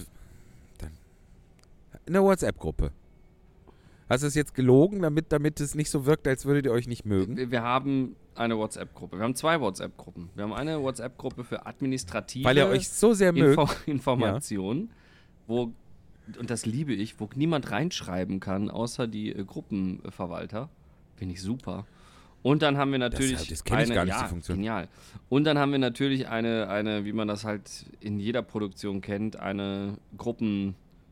eine WhatsApp-Gruppe. Hast du es jetzt gelogen, damit es nicht so wirkt, als würdet ihr euch nicht mögen? Wir haben eine WhatsApp-Gruppe. Wir haben 2 WhatsApp-Gruppen. Wir haben eine WhatsApp-Gruppe für administrative Weil ihr euch so sehr mögt. Informationen, wo, und das liebe ich, wo niemand reinschreiben kann, außer die Gruppenverwalter. Finde ich super. Und dann haben wir natürlich Das kenn ich gar nicht, die Funktion. Genial. Und dann haben wir natürlich eine, wie man das halt in jeder Produktion kennt, eine Gruppe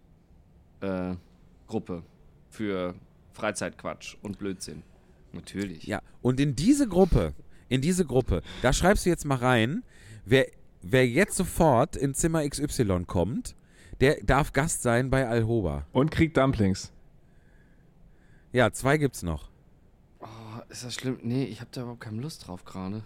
für Freizeitquatsch und Blödsinn. Natürlich. Ja, und in diese Gruppe, da schreibst du jetzt mal rein, wer jetzt sofort in Zimmer XY kommt, der darf Gast sein bei Alhoba. Und kriegt Dumplings. Ja, 2 gibt's noch. Oh, ist das schlimm? Nee, ich habe da überhaupt keine Lust drauf gerade.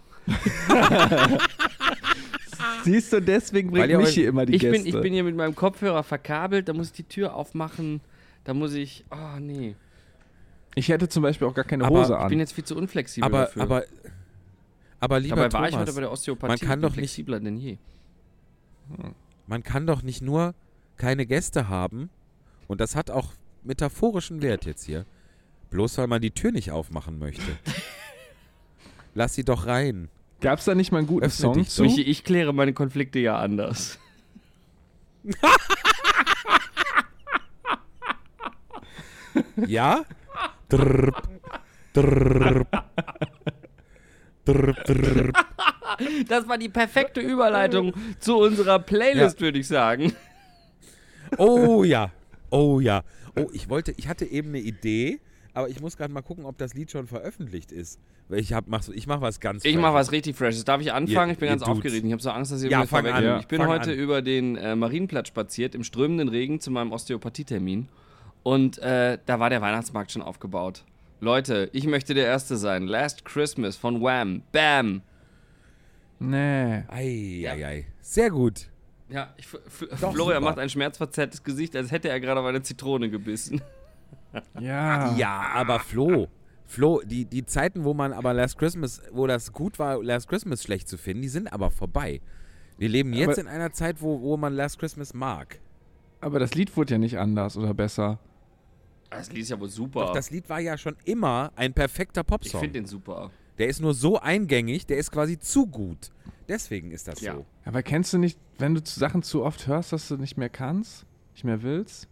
Siehst du, deswegen Weil bringt ihr mich euch- hier immer die Ich Gäste. bin hier mit meinem Kopfhörer verkabelt, da muss ich die Tür aufmachen, da muss ich, oh nee. Ich hätte zum Beispiel auch gar keine Aber Hose Ich bin an. jetzt viel zu unflexibel Aber lieber Dabei war ich heute Thomas, bei der Osteopathie, man kann ich bin doch nicht- flexibler denn je. man kann doch nicht nur keine Gäste haben, und das hat auch metaphorischen Wert jetzt hier, bloß weil man die Tür nicht aufmachen möchte. Lass sie doch rein. Gab's da nicht mal einen guten Öffne Song dich zu? doch. Ich kläre meine Konflikte ja anders. Ja? Drrrp, drrrp, drrrp, drrrp. Das war die perfekte Überleitung zu unserer Playlist, würde ich sagen. Oh ja. Oh ja. Oh, ich hatte eben eine Idee, aber ich muss gerade mal gucken, ob das Lied schon veröffentlicht ist. Weil ich mach was ganz Ich mache was richtig Freshes. Darf ich anfangen? Ich bin ganz Dudes. aufgeregt. Ich habe so Angst, dass ihr Ja, mir fang an. vorwegnehmt. Ja. Ich bin Fang heute an. über den Marienplatz spaziert, im strömenden Regen zu meinem Osteopathietermin. Und da war der Weihnachtsmarkt schon aufgebaut. Leute, ich möchte der Erste sein. Last Christmas von Wham! Bam! Nee. Ei. Sehr gut. Ja, Doch, Florian super. macht ein schmerzverzerrtes Gesicht, als hätte er gerade auf eine Zitrone gebissen. Ja. Ja, aber Flo, die Zeiten, wo man aber Last Christmas, wo das gut war, Last Christmas schlecht zu finden, die sind aber vorbei. Wir leben jetzt Aber- in einer Zeit, wo man Last Christmas mag. Aber das Lied wurde ja nicht anders oder besser. Das Lied ist ja wohl super. Doch das Lied war ja schon immer ein perfekter Ich Popsong. finde den super. Der ist nur so eingängig, der ist quasi zu gut. Deswegen ist das Ja. so. Aber kennst du nicht, wenn du Sachen zu oft hörst, dass du nicht mehr kannst? Nicht mehr willst?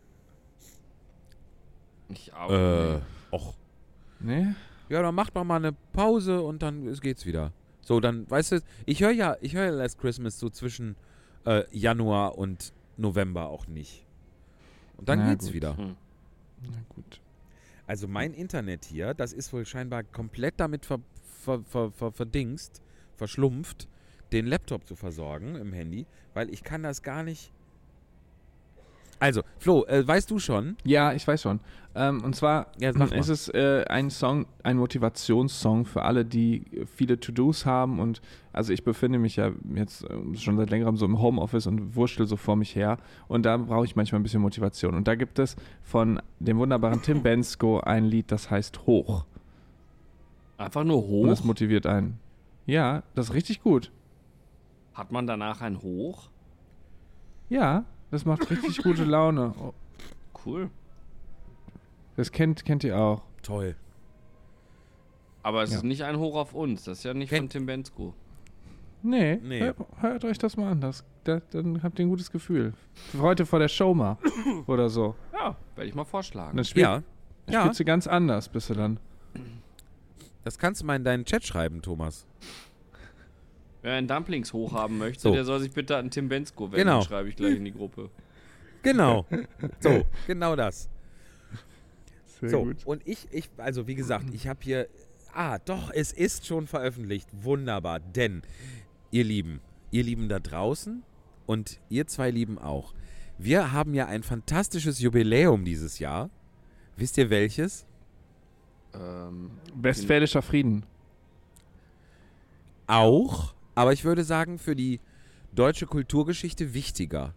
Ich auch. Och. Nee? Ja, dann macht man mal eine Pause und dann geht's wieder. So, dann, weißt du, ich höre ja Last Christmas so zwischen Januar und November auch nicht. Und dann Na geht's gut. wieder. Na gut. Also mein Internet hier, das ist wohl scheinbar komplett damit verdingst, verschlumpft, den Laptop zu versorgen im Handy, weil ich kann das gar nicht. Also, Flo, weißt du schon? Ja, ich weiß schon. Und zwar Ja, sag mal. ist es ein Song, ein Motivationssong für alle, die viele To-Dos haben. Und also ich befinde mich ja jetzt schon seit längerem so im Homeoffice und wurschtel so vor mich her. Und da brauche ich manchmal ein bisschen Motivation. Und da gibt es von dem wunderbaren Tim Bendzko ein Lied, das heißt Hoch. Einfach nur Und das hoch. motiviert einen. Ja, das ist richtig gut. Hat man danach ein Hoch? Ja, das macht richtig gute Laune. Oh, Cool. das kennt ihr auch. Toll. Aber es Ja. ist nicht ein Hoch auf uns. Das ist ja nicht Ken- von Tim Bendzko. Nee, Nee. Hört euch das mal an. Dann habt ihr ein gutes Gefühl. Heute vor der Show mal. Oder so. Ja, werde ich mal vorschlagen. Und dann spielst Ja, du ganz anders, bist du dann. das kannst du mal in deinen Chat schreiben, Thomas. Wer einen Dumplings hochhaben möchte, So. der soll sich bitte an Tim Bendzko wenden, Genau. schreibe ich gleich in die Gruppe. Genau. So, genau das. Sehr So, und also wie gesagt, ich habe hier, doch, es ist schon veröffentlicht. Wunderbar, denn ihr Lieben da draußen und ihr zwei Lieben auch. Wir haben ja ein fantastisches Jubiläum dieses Jahr. Wisst ihr welches? Westfälischer Frieden. Auch, aber ich würde sagen, für die deutsche Kulturgeschichte wichtiger.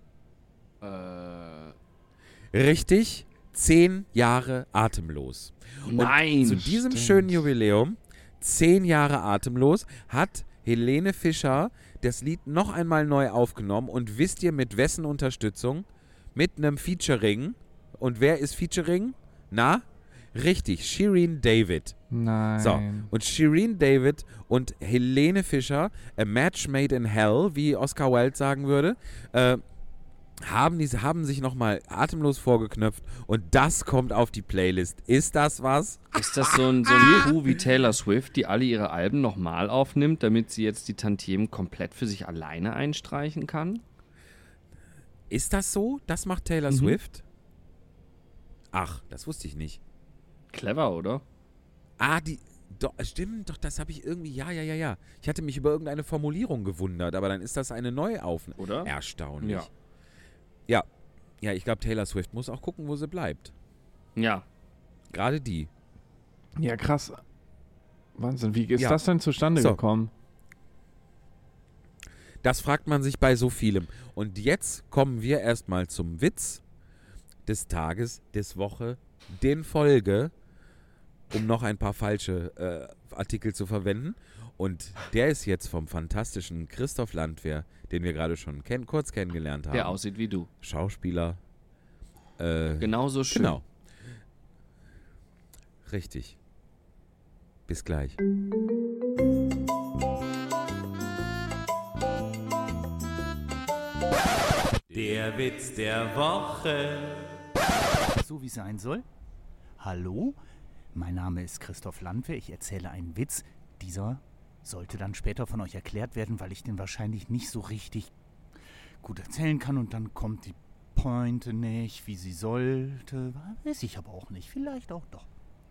Richtig, 10 Jahre atemlos. Und Nein! zu diesem stimmt. schönen Jubiläum, 10 Jahre atemlos, hat Helene Fischer das Lied noch einmal neu aufgenommen. Und wisst ihr, mit wessen Unterstützung? Mit einem Featuring. Und wer ist Featuring? Na? Richtig, Shireen David. Nein. So, und Shireen David und Helene Fischer, a match made in hell, wie Oscar Wilde sagen würde, haben sich nochmal atemlos vorgeknöpft und das kommt auf die Playlist. Ist das was? Ist das so ein Coup wie Taylor Swift, die alle ihre Alben nochmal aufnimmt, damit sie jetzt die Tantiemen komplett für sich alleine einstreichen kann? Ist das so? Das macht Taylor Swift? Ach, das wusste ich nicht. Clever, oder? Stimmt, doch, das habe ich irgendwie, ja. Ich hatte mich über irgendeine Formulierung gewundert, aber dann ist das eine Neuaufnahme. Oder? Erstaunlich. Ja. Ja, ich glaube, Taylor Swift muss auch gucken, wo sie bleibt. Ja. Gerade die. Ja, krass. Wahnsinn. Wie ist Ja. das denn zustande So. gekommen? Das fragt man sich bei so vielem. Und jetzt kommen wir erstmal zum Witz des Tages, des Woche, den Folge, um noch ein paar falsche Artikel zu verwenden. Und der ist jetzt vom fantastischen Christoph Landwehr, den wir gerade schon kurz kennengelernt haben. Der aussieht wie du. Schauspieler. Genauso schön. Genau. Richtig. Bis gleich. Der Witz der Woche. So wie es sein soll. Hallo, mein Name ist Christoph Landwehr. Ich erzähle einen Witz. Dieser sollte dann später von euch erklärt werden, weil ich den wahrscheinlich nicht so richtig gut erzählen kann. Und dann kommt die Pointe nicht, wie sie sollte. Weiß ich aber auch nicht. Vielleicht auch doch.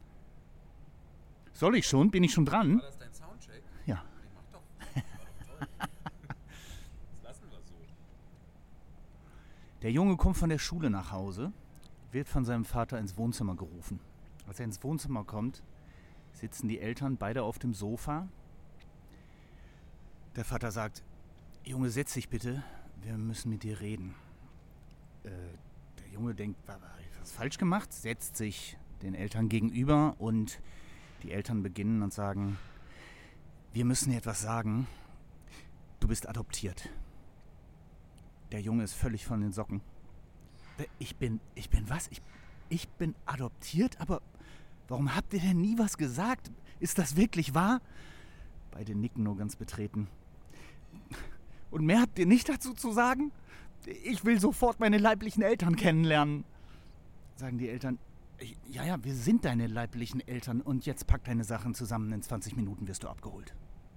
Soll ich schon? Bin ich schon dran? War das dein Soundcheck? Ja. Mach doch. Toll. Das lassen wir so. Der Junge kommt von der Schule nach Hause, wird von seinem Vater ins Wohnzimmer gerufen. Als er ins Wohnzimmer kommt, sitzen die Eltern beide auf dem Sofa. Der Vater sagt: Junge, setz dich bitte, wir müssen mit dir reden. Der Junge denkt, habe ich was falsch gemacht? Setzt sich den Eltern gegenüber und die Eltern beginnen und sagen: Wir müssen dir etwas sagen. Du bist adoptiert. Der Junge ist völlig von den Socken. Ich bin was? Ich bin adoptiert? Aber warum habt ihr denn nie was gesagt? Ist das wirklich wahr? Beide nicken nur ganz betreten. Und mehr habt ihr nicht dazu zu sagen? Ich will sofort meine leiblichen Eltern kennenlernen. Sagen die Eltern: Ja, wir sind deine leiblichen Eltern und jetzt pack deine Sachen zusammen, in 20 Minuten wirst du abgeholt.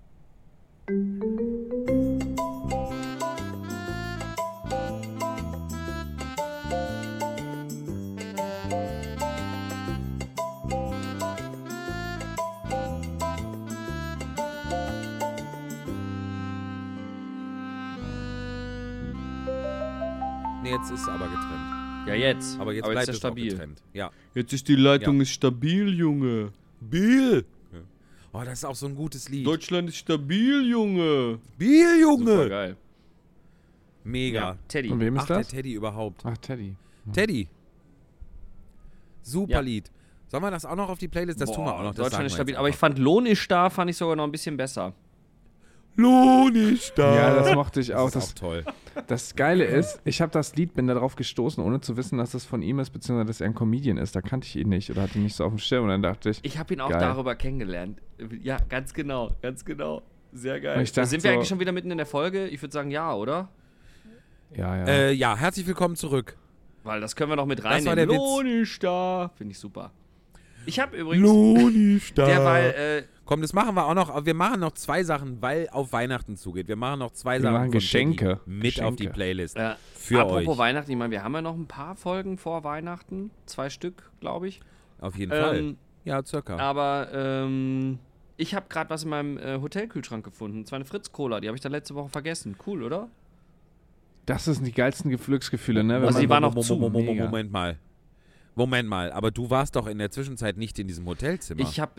Nee, jetzt ist es aber getrennt. Ja, jetzt. Aber jetzt ist bleibt er es stabil. auch getrennt. Ja. Jetzt ist die Leitung Ja. ist stabil, Junge. Biel! Oh, das ist auch so ein gutes Lied. Deutschland ist stabil, Junge. Biel, Junge! Super geil. Mega. Ja, Teddy. Von wem ist Ach, das? der Teddy überhaupt. Ach, Teddy. Teddy. Super Ja. Lied. Sollen wir das auch noch auf die Playlist? Das tun wir auch noch. Das sagen Deutschland ist wir stabil. jetzt Aber ich einfach. fand Lohn ist da, fand ich sogar noch ein bisschen besser. Lohn ist da. Ja, das mochte ich auch. Das ist auch toll. Das Geile ist, ich habe das Lied, bin da drauf gestoßen, ohne zu wissen, dass das von ihm ist, beziehungsweise dass er ein Comedian ist. Da kannte ich ihn nicht oder hatte ihn nicht so auf dem Schirm. Und dann dachte ich, Ich habe ihn auch geil. darüber kennengelernt. Ja, ganz genau, ganz genau. Sehr geil. Und ich dachte Sind wir so- eigentlich schon wieder mitten in der Folge? Ich würde sagen, ja, oder? ja. Ja, herzlich willkommen zurück. Weil das können wir noch mit Das war reinnehmen. der Witz. Lohn ist da. Finde ich super. Ich habe übrigens, Lohn ist da. derweil, Komm, das machen wir auch noch. Wir machen noch 2 Sachen, weil auf Weihnachten zugeht. Wir machen noch 2 Wir Sachen machen von Geschenke. Teddy mit Geschenke. auf die Playlist. für Für euch. Weihnachten, ich meine, wir haben ja noch ein paar Folgen vor Weihnachten. 2 Stück, glaube ich. Auf jeden Fall. Ähm, Ja, circa. aber ich habe gerade was in meinem Hotelkühlschrank gefunden. Und zwar eine Fritz-Cola. Die habe ich dann letzte Woche vergessen. Cool, oder? Das sind die geilsten Glücksgefühle, ne? Wenn Also die man- waren noch zu. Mega. Moment mal. Aber du warst doch in der Zwischenzeit nicht in diesem Hotelzimmer. Ich habe,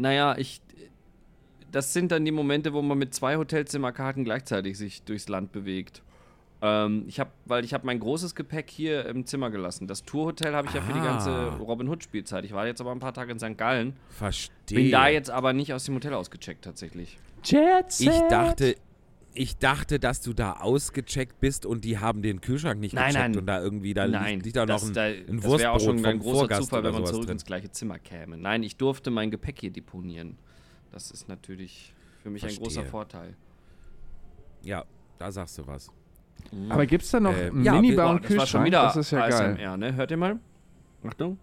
das sind dann die Momente, wo man mit 2 Hotelzimmerkarten gleichzeitig sich durchs Land bewegt. Ich habe mein großes Gepäck hier im Zimmer gelassen. Das Tourhotel habe ich ja für die ganze Robin Hood Spielzeit. Ich war jetzt aber ein paar Tage in St. Gallen. Verstehe. Bin da jetzt aber nicht aus dem Hotel ausgecheckt tatsächlich. Jet Set. Ich dachte, dass du da ausgecheckt bist und die haben den Kühlschrank nicht Nein, gecheckt nein. und da irgendwie, da Nein, liegt da noch ein das Wurstbrot wäre auch schon vom ein großer Vorgast Zufall, oder wenn man sowas zurück drin. ins gleiche Zimmer käme. Nein, ich durfte mein Gepäck hier deponieren. Das ist natürlich für mich ein großer Verstehe. Vorteil. Ja, da sagst du was. Aber gibt es da noch einen ja, Minibar Boah, und das war schon Kühlschrank? wieder Das ist ja geil. ASMR, ne? Hört ihr mal? Achtung.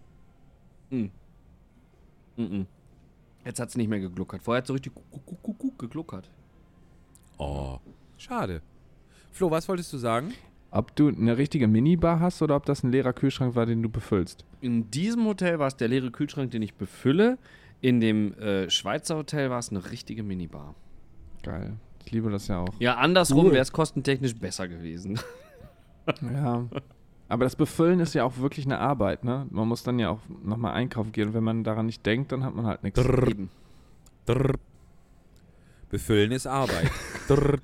Jetzt hat es nicht mehr gegluckert. Vorher hat es so richtig gegluckert. Oh, schade. Flo, was wolltest du sagen? Ob du eine richtige Minibar hast oder ob das ein leerer Kühlschrank war, den du befüllst. In diesem Hotel war es der leere Kühlschrank, den ich befülle. In dem Schweizer Hotel war es eine richtige Minibar. Geil. Ich liebe das ja auch. Ja, andersrum wäre es kostentechnisch besser gewesen. Ja. Aber das Befüllen ist ja auch wirklich eine Arbeit, ne? Man muss dann ja auch nochmal einkaufen gehen und wenn man daran nicht denkt, dann hat man halt nichts. Eben. Drrr. Befüllen ist Arbeit. Drrr.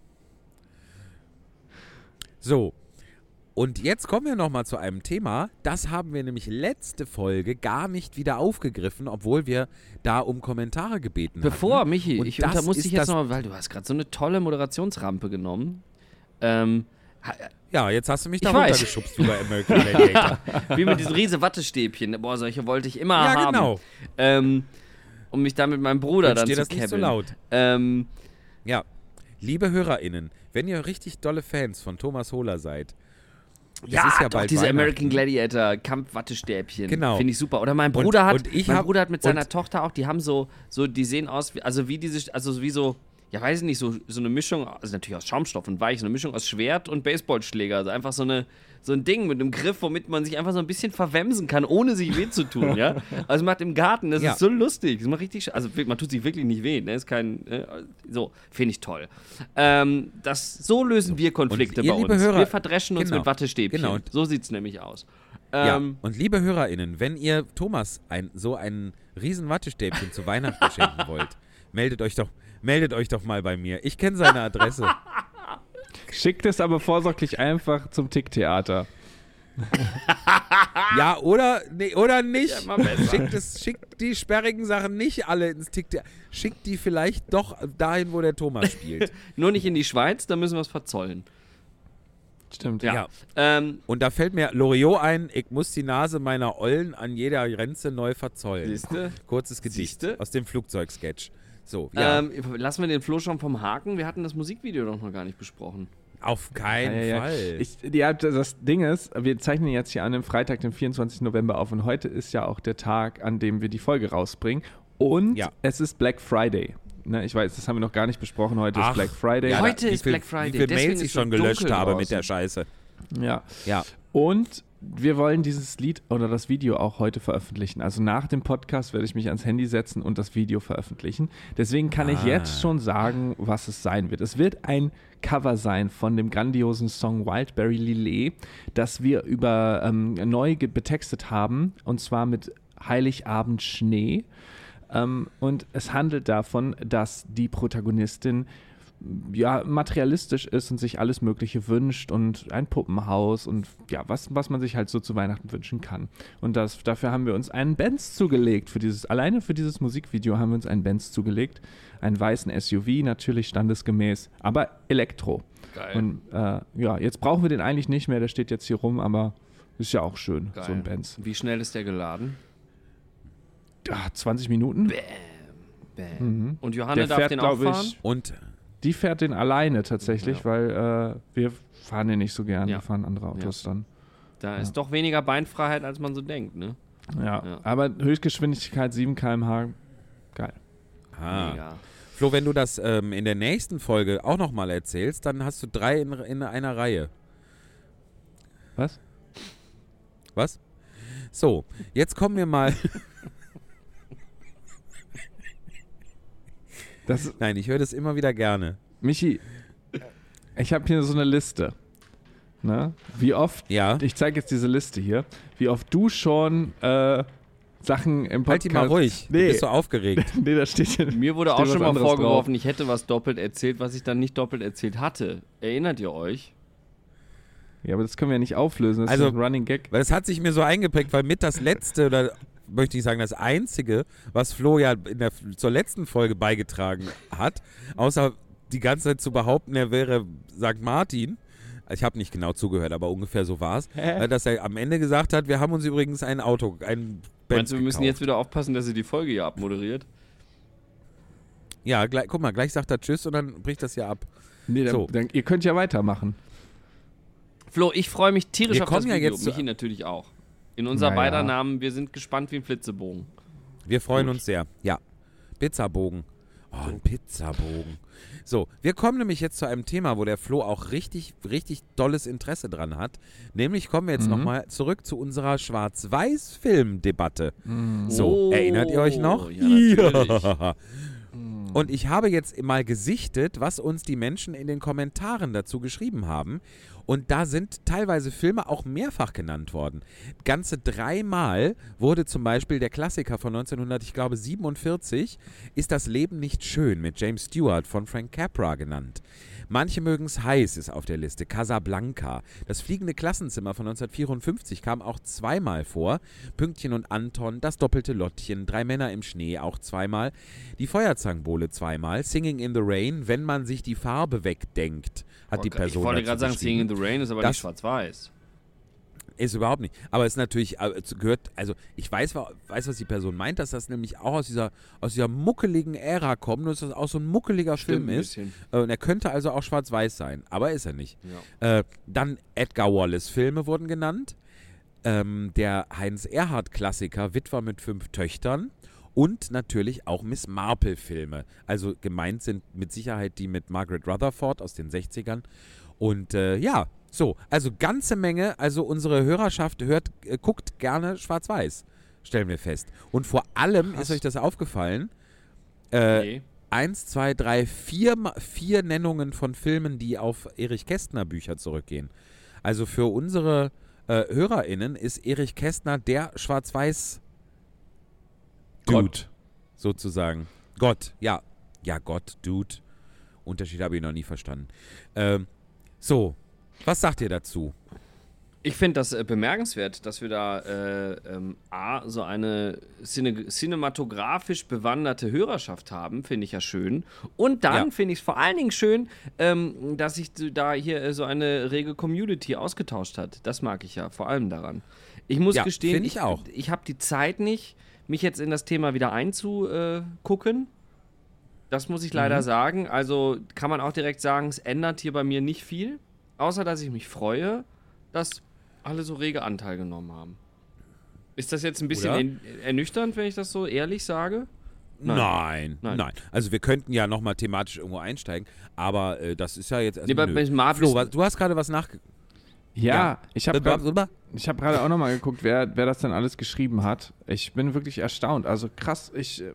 So. Und jetzt kommen wir nochmal zu einem Thema, das haben wir nämlich letzte Folge gar nicht wieder aufgegriffen, obwohl wir da um Kommentare gebeten Bevor, hatten. Michi, Und ich das muss ist dich jetzt das- nochmal, weil du hast gerade so eine tolle Moderationsrampe genommen. Ja, jetzt hast du mich Ich da weiß. runtergeschubst über American Gladiator. Wie mit diesen riesen Wattestäbchen. Boah, solche wollte ich immer Ja, haben. genau. Um mich dann mit meinem Bruder Wünsch dann dir zu das nicht so kebbeln. laut. Ja, liebe HörerInnen, wenn ihr richtig dolle Fans von Thomas Hohler seid, es Ja, ist ja doch, bald diese Weihnachten. American Gladiator Kampfwattestäbchen. Genau. Finde ich super. Oder mein Bruder und ich mein hab- Bruder hat mit seiner und- Tochter auch, die haben so, die sehen aus wie, wie so ja, weiß ich nicht, so eine Mischung, also natürlich aus Schaumstoff und Weich, so eine Mischung aus Schwert und Baseballschläger. Also einfach so ein Ding mit einem Griff, womit man sich einfach so ein bisschen verwemsen kann, ohne sich weh zu tun, ja. Also macht im Garten, das ist so lustig. Das macht richtig, also man tut sich wirklich nicht weh, ne? Ist kein, so, finde ich toll. So lösen wir Konflikte bei uns. Hörer, wir verdreschen uns mit Wattestäbchen. Genau. So sieht's nämlich aus. Und liebe HörerInnen, wenn ihr Thomas so ein riesen Wattestäbchen zu Weihnachten schenken wollt, meldet euch doch mal bei mir. Ich kenne seine Adresse. Schickt es aber vorsorglich einfach zum Ticktheater. Ja, oder nicht. Ja, Schickt die sperrigen Sachen nicht alle ins Ticktheater. Schickt die vielleicht doch dahin, wo der Thomas spielt. Nur nicht in die Schweiz, da müssen wir es verzollen. Stimmt. Ja. Und da fällt mir Loriot ein, ich muss die Nase meiner Ollen an jeder Grenze neu verzollen. Siehste? Kurzes Gedicht aus dem Flugzeugsketch. So, lassen wir den Flo schon vom Haken. Wir hatten das Musikvideo doch noch gar nicht besprochen. Auf keinen Fall. Das Ding ist, wir zeichnen jetzt hier an dem Freitag, den 24. November auf und heute ist ja auch der Tag, an dem wir die Folge rausbringen. Und es ist Black Friday. Ne, ich weiß, das haben wir noch gar nicht besprochen. Heute ist Black Friday. Ja, heute ist Black Friday. Wie viele Mails ich schon gelöscht habe mit der Scheiße. Ja. Und wir wollen dieses Lied oder das Video auch heute veröffentlichen. Also nach dem Podcast werde ich mich ans Handy setzen und das Video veröffentlichen. Deswegen kann ich jetzt schon sagen, was es sein wird. Es wird ein Cover sein von dem grandiosen Song Wildberry Lillet, das wir neu betextet haben, und zwar mit Heiligabend Schnee. Und es handelt davon, dass die Protagonistin materialistisch ist und sich alles Mögliche wünscht und ein Puppenhaus und was man sich halt so zu Weihnachten wünschen kann. Und dafür haben wir uns einen Benz zugelegt. Alleine für dieses Musikvideo haben wir uns einen Benz zugelegt. Einen weißen SUV, natürlich standesgemäß, aber Elektro. Geil. Und jetzt brauchen wir den eigentlich nicht mehr, der steht jetzt hier rum, aber ist ja auch schön, Geil. so ein Benz. Wie schnell ist der geladen? 20 Minuten. Bam. Mhm. Und Johanna darf fährt, den auch fahren? Und die fährt den alleine tatsächlich, weil wir fahren den nicht so gern. Ja. Wir fahren andere Autos dann. Da ist doch weniger Beinfreiheit, als man so denkt, ne? Ja. Aber Höchstgeschwindigkeit 7 km/h, geil. Mega. Flo, wenn du das in der nächsten Folge auch nochmal erzählst, dann hast du 3 in einer Reihe. Was? So, jetzt kommen wir mal... Nein, ich höre das immer wieder gerne. Michi, ich habe hier so eine Liste. Ne? Wie oft, ich zeige jetzt diese Liste hier, wie oft du schon Sachen im Podcast... Halt die mal ruhig, du bist so aufgeregt. Nee, da steht hier... Mir wurde auch schon mal vorgeworfen, ich hätte was doppelt erzählt, was ich dann nicht doppelt erzählt hatte. Erinnert ihr euch? Ja, aber das können wir ja nicht auflösen, das ist ein Running Gag. Weil das hat sich mir so eingeprägt, weil mit das letzte, oder möchte ich sagen, das Einzige, was Flo ja zur letzten Folge beigetragen hat, außer die ganze Zeit zu behaupten, er wäre St. Martin, ich habe nicht genau zugehört, aber ungefähr so war es, dass er amEnde gesagt hat, wir haben uns übrigens ein Benz Meinst du, wir müssen gekauft. jetzt wieder aufpassen, dass ihr die Folge hier abmoderiert? Ja, guck mal, gleich sagt er Tschüss und dann bricht das ja ab. Nee, dann, ihr könnt ja weitermachen. Flo, ich freue mich tierisch auf das ja Video. jetzt Michi natürlich auch. In unser beider Namen, wir sind gespannt wie ein Flitzebogen. Wir freuen uns sehr. Ja, Pizzabogen. Oh, ein Pizzabogen. So, wir kommen nämlich jetzt zu einem Thema, wo der Flo auch richtig, richtig dolles Interesse dran hat. Nämlich kommen wir jetzt nochmal zurück zu unserer Schwarz-Weiß-Film-Debatte. So, erinnert ihr euch noch? Ja, natürlich. Ja. Und ich habe jetzt mal gesichtet, was uns die Menschen in den Kommentaren dazu geschrieben haben. Und da sind teilweise Filme auch mehrfach genannt worden. Ganze 3-mal wurde zum Beispiel der Klassiker von 1947, Ist das Leben nicht schön, mit James Stewart von Frank Capra genannt. Manche mögen's heiß ist auf der Liste. Casablanca. Das fliegende Klassenzimmer von 1954 kam auch 2-mal vor. Pünktchen und Anton, Das doppelte Lottchen, 3 Männer im Schnee auch 2-mal. Die Feuerzangenbowle 2-mal. Singing in the Rain, wenn man sich die Farbe wegdenkt, hat die Person. Ich wollte gerade sagen, Singing in the Rain ist aber nicht schwarz-weiß. Ist überhaupt nicht. Aber es ist natürlich, gehört, also ich weiß, was die Person meint, dass das nämlich auch aus dieser muckeligen Ära kommt und dass das auch so ein muckeliger Film ist. Und er könnte also auch schwarz-weiß sein, aber ist er nicht. Ja. Dann Edgar Wallace-Filme wurden genannt. Der Heinz Erhardt-Klassiker Witwer mit 5 Töchtern und natürlich auch Miss Marple-Filme. Also gemeint sind mit Sicherheit die mit Margaret Rutherford aus den 60ern. Und ja, so, also ganze Menge. Also unsere Hörerschaft guckt gerne Schwarz-Weiß, stellen wir fest. Und vor allem ist euch das aufgefallen, Nee. 1, 2, 3, 4 Nennungen von Filmen, die auf Erich Kästner Bücher zurückgehen. Also für unsere HörerInnen ist Erich Kästner der Schwarz-Weiß Dude, sozusagen. Gott, ja. Ja, Gott, Dude. Unterschied habe ich noch nie verstanden. So, was sagt ihr dazu? Ich finde das bemerkenswert, dass wir da so eine cinematografisch bewanderte Hörerschaft haben, finde ich ja schön. Und dann finde ich es vor allen Dingen schön, dass sich da hier so eine rege Community ausgetauscht hat. Das mag ich ja vor allem daran. Ich muss gestehen, ich auch. Ich habe die Zeit nicht, mich jetzt in das Thema wieder einzugucken. Das muss ich leider sagen. Also kann man auch direkt sagen, es ändert hier bei mir nicht viel, außer dass ich mich freue, dass alle so rege Anteil genommen haben. Ist das jetzt ein bisschen ernüchternd, wenn ich das so ehrlich sage? Nein. Also wir könnten ja nochmal thematisch irgendwo einsteigen, aber das ist ja jetzt erstmal Flo, du hast gerade was Ja, ich habe gerade auch nochmal geguckt, wer das denn alles geschrieben hat. Ich bin wirklich erstaunt. Also krass,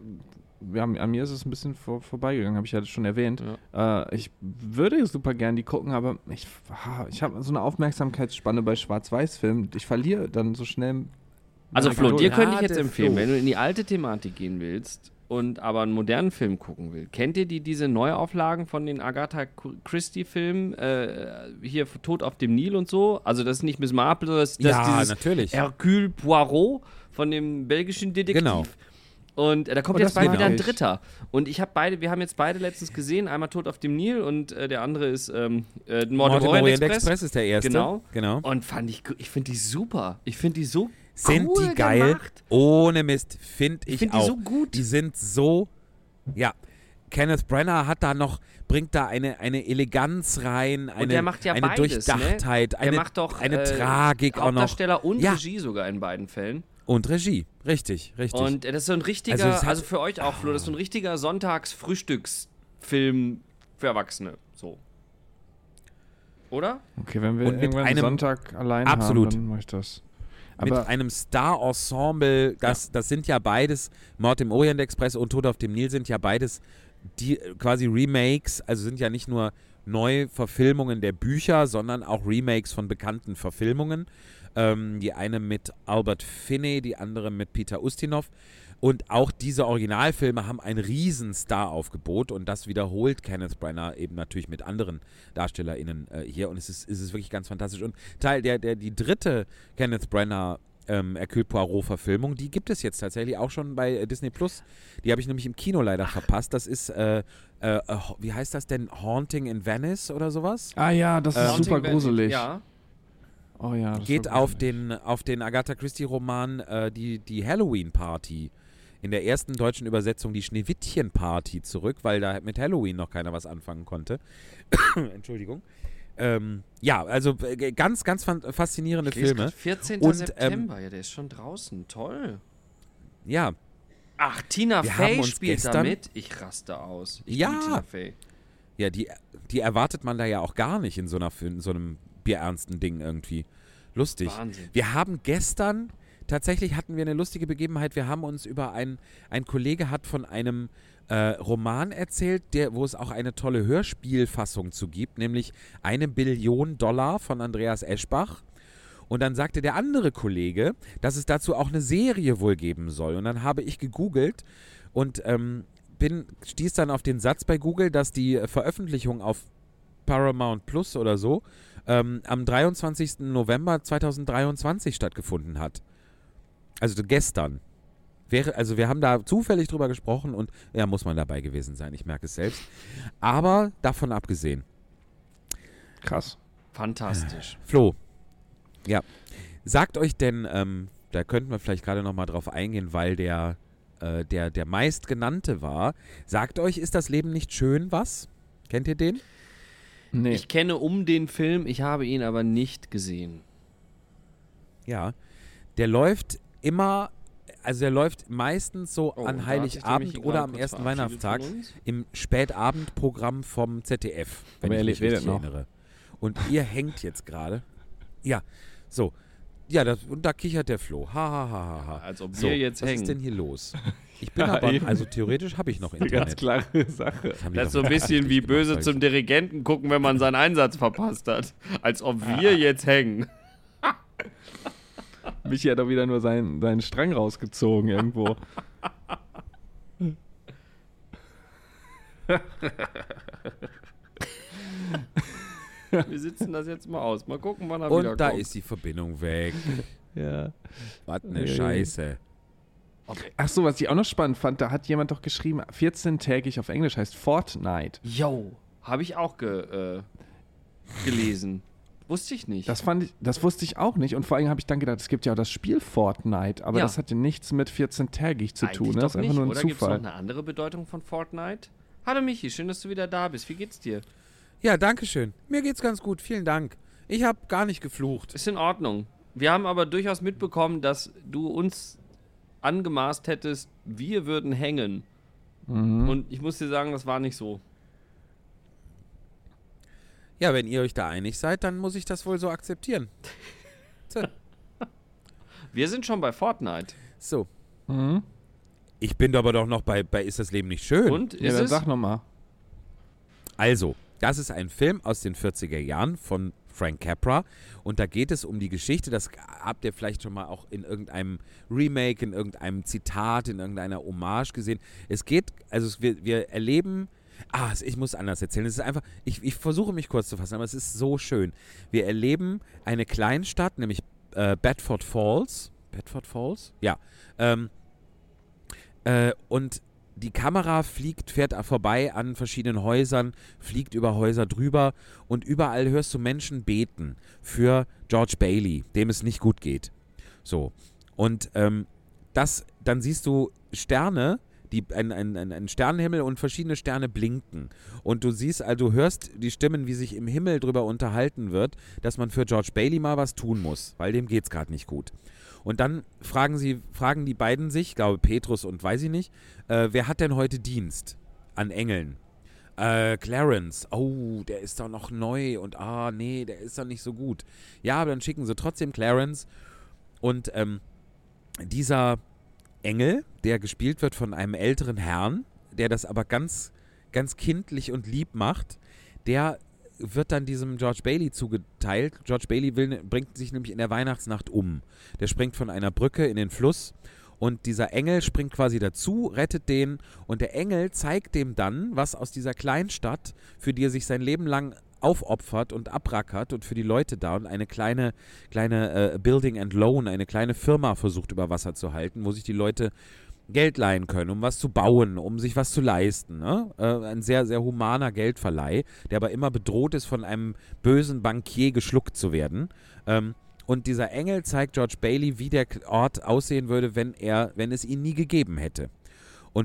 an mir ist es ein bisschen vorbeigegangen, habe ich ja schon erwähnt. Ja. Ich würde super gern die gucken, aber ich habe so eine Aufmerksamkeitsspanne bei Schwarz-Weiß-Filmen. Ich verliere dann so schnell. Also Flo, dir könnte ich jetzt empfehlen, wenn du in die alte Thematik gehen willst und aber einen modernen Film gucken willst. Kennt ihr diese Neuauflagen von den Agatha Christie-Filmen? Hier Tod auf dem Nil und so? Also das ist nicht Miss Marple, das ist dieses natürlich. Hercule Poirot von dem belgischen Detektiv. Genau. Und da kommt jetzt bald wieder ein dritter. Und wir haben jetzt beide letztens gesehen, einmal Tod auf dem Nil und der andere ist Mord im Orient Express ist der erste. Genau. Und ich finde die super. Ich finde die so sind cool die geil? Gemacht. Ohne Mist, finde ich auch. Die so gut. Die sind so, Kenneth Branagh bringt da eine Eleganz rein, eine beides, Durchdachtheit, ne? macht doch eine Tragik auch noch. Hauptdarsteller und Regie sogar in beiden Fällen. Und Regie, richtig. Und das ist so ein richtiger, also für euch auch, Flo, das ist so ein richtiger Sonntags-Frühstücksfilm für Erwachsene, so. Oder? Okay, wenn wir irgendwann einen Sonntag allein haben, dann mache ich das. Aber mit einem Star-Ensemble, das sind ja beides, Mord im Orient Express und Tod auf dem Nil sind ja beides die quasi Remakes, also sind ja nicht nur Neuverfilmungen der Bücher, sondern auch Remakes von bekannten Verfilmungen. Die eine mit Albert Finney, die andere mit Peter Ustinov. Und auch diese Originalfilme haben ein riesen Star-Aufgebot und das wiederholt Kenneth Branagh eben natürlich mit anderen DarstellerInnen hier und es ist wirklich ganz fantastisch. Und die dritte Kenneth Branagh Hercule Poirot-Verfilmung, die gibt es jetzt tatsächlich auch schon bei Disney+. Die habe ich nämlich im Kino leider verpasst. Das ist, wie heißt das denn? Haunting in Venice oder sowas? Ah ja, das ist super gruselig. Ja. Oh ja, geht auf den Agatha Christie-Roman die Halloween-Party. In der ersten deutschen Übersetzung die Schneewittchen-Party zurück, weil da mit Halloween noch keiner was anfangen konnte. Entschuldigung. Also ganz, ganz faszinierende Filme. 14. Und, September, der ist schon draußen. Toll. Ja. Ach, Tina Fey spielt da mit. Ich raste aus. Ich liebe Tina Fey. Ja, die erwartet man da ja auch gar nicht in so einem bierernsten Ding irgendwie. Lustig. Wahnsinn. Wir haben tatsächlich hatten wir eine lustige Begebenheit. Wir haben uns ein Kollege hat von einem Roman erzählt, wo es auch eine tolle Hörspielfassung zu gibt, nämlich $1 Billion von Andreas Eschbach. Und dann sagte der andere Kollege, dass es dazu auch eine Serie wohl geben soll. Und dann habe ich gegoogelt und stieß dann auf den Satz bei Google, dass die Veröffentlichung auf Paramount Plus oder so am 23. November 2023 stattgefunden hat. Also gestern. Wir haben da zufällig drüber gesprochen und muss man dabei gewesen sein, ich merke es selbst. Aber davon abgesehen. Krass. Fantastisch. Flo, sagt euch denn, da könnten wir vielleicht gerade nochmal drauf eingehen, weil der meistgenannte war, sagt euch, ist das Leben nicht schön, was? Kennt ihr den? Nee. Ich kenne den Film, ich habe ihn aber nicht gesehen. Ja, der läuft immer der läuft meistens so Oh, an da hat sich der Heiligabend Michi oder gerade am kurz ersten verabschiedet Weihnachtstag von uns. im Spätabendprogramm vom ZDF, wenn Aber ich er mich redet richtig noch. erinnere. Und ihr hängt jetzt gerade. Ja, so. Ja, und da kichert der Flo. Ha, ha, ha, ha, ha. Als ob So, wir jetzt was hängen. ist denn hier los? Ich bin Ja, aber, eben. also theoretisch habe ich noch Eine Internet. ganz klare Sache. haben die Das ist doch so ein bisschen wie richtig böse gemacht, zum Dirigenten gucken, wenn man seinen Einsatz verpasst hat. Als ob wir jetzt hängen. Michi hat doch wieder nur seinen Strang rausgezogen irgendwo. Wir sitzen das jetzt mal aus. Mal gucken, wann er Und wiederkommt. da ist die Verbindung weg. Ja. Was eine Ja. Scheiße. Ach so, was ich auch noch spannend fand, da hat jemand doch geschrieben, 14-tägig auf Englisch heißt Fortnite. Yo, habe ich auch gelesen. Wusste ich nicht. Das wusste ich auch nicht und vor allem habe ich dann gedacht, es gibt ja auch das Spiel Fortnite, aber Ja. das hat ja nichts mit 14-tägig zu tun, Eigentlich ne? Das ist doch einfach nicht. nur ein Oder gibt es noch Zufall. eine andere Bedeutung von Fortnite? Hallo Michi, schön, dass du wieder da bist. Wie geht's dir? Ja, danke schön. Mir geht's ganz gut. Vielen Dank. Ich habe gar nicht geflucht. Ist in Ordnung. Wir haben aber durchaus mitbekommen, dass du uns angemaßt hättest, wir würden hängen. Und ich muss dir sagen, das war nicht so. Ja, wenn ihr euch da einig seid, dann muss ich das wohl so akzeptieren. So. Wir sind schon bei Fortnite. So. Mhm. Ich bin aber doch noch bei Ist das Leben nicht schön? Und Ja, ist dann es? sag nochmal. Also, das ist ein Film aus den 40er Jahren von Frank Capra und da geht es um die Geschichte, das habt ihr vielleicht schon mal auch in irgendeinem Remake, in irgendeinem Zitat, in irgendeiner Hommage gesehen. Es geht, also wir erleben, ich muss anders erzählen, es ist einfach, ich versuche mich kurz zu fassen, aber es ist so schön. Wir erleben eine Kleinstadt, nämlich Bedford Falls. Bedford Falls? Ja. Und die Kamera fährt vorbei an verschiedenen Häusern, fliegt über Häuser drüber und überall hörst du Menschen beten für George Bailey, dem es nicht gut geht. So. Und dann siehst du Sterne, ein Sternenhimmel und verschiedene Sterne blinken. Und du hörst die Stimmen, wie sich im Himmel drüber unterhalten wird, dass man für George Bailey mal was tun muss, weil dem geht's gerade nicht gut. Und dann fragen die beiden sich, ich glaube Petrus und weiß ich nicht, wer hat denn heute Dienst an Engeln? Clarence, oh, der ist doch noch neu und nee, der ist doch nicht so gut. Ja, aber dann schicken sie trotzdem Clarence und dieser Engel, der gespielt wird von einem älteren Herrn, der das aber ganz, ganz kindlich und lieb macht, der wird dann diesem George Bailey zugeteilt. George Bailey bringt sich nämlich in der Weihnachtsnacht um. Der springt von einer Brücke in den Fluss und dieser Engel springt quasi dazu, rettet den und der Engel zeigt dem dann, was aus dieser Kleinstadt, für die er sich sein Leben lang aufopfert und abrackert und für die Leute da und eine kleine Building and Loan, eine kleine Firma versucht über Wasser zu halten, wo sich die Leute Geld leihen können, um was zu bauen, um sich was zu leisten. Ne? Ein sehr, sehr humaner Geldverleih, der aber immer bedroht ist, von einem bösen Bankier geschluckt zu werden. Und dieser Engel zeigt George Bailey, wie der Ort aussehen würde, wenn es ihn nie gegeben hätte. Und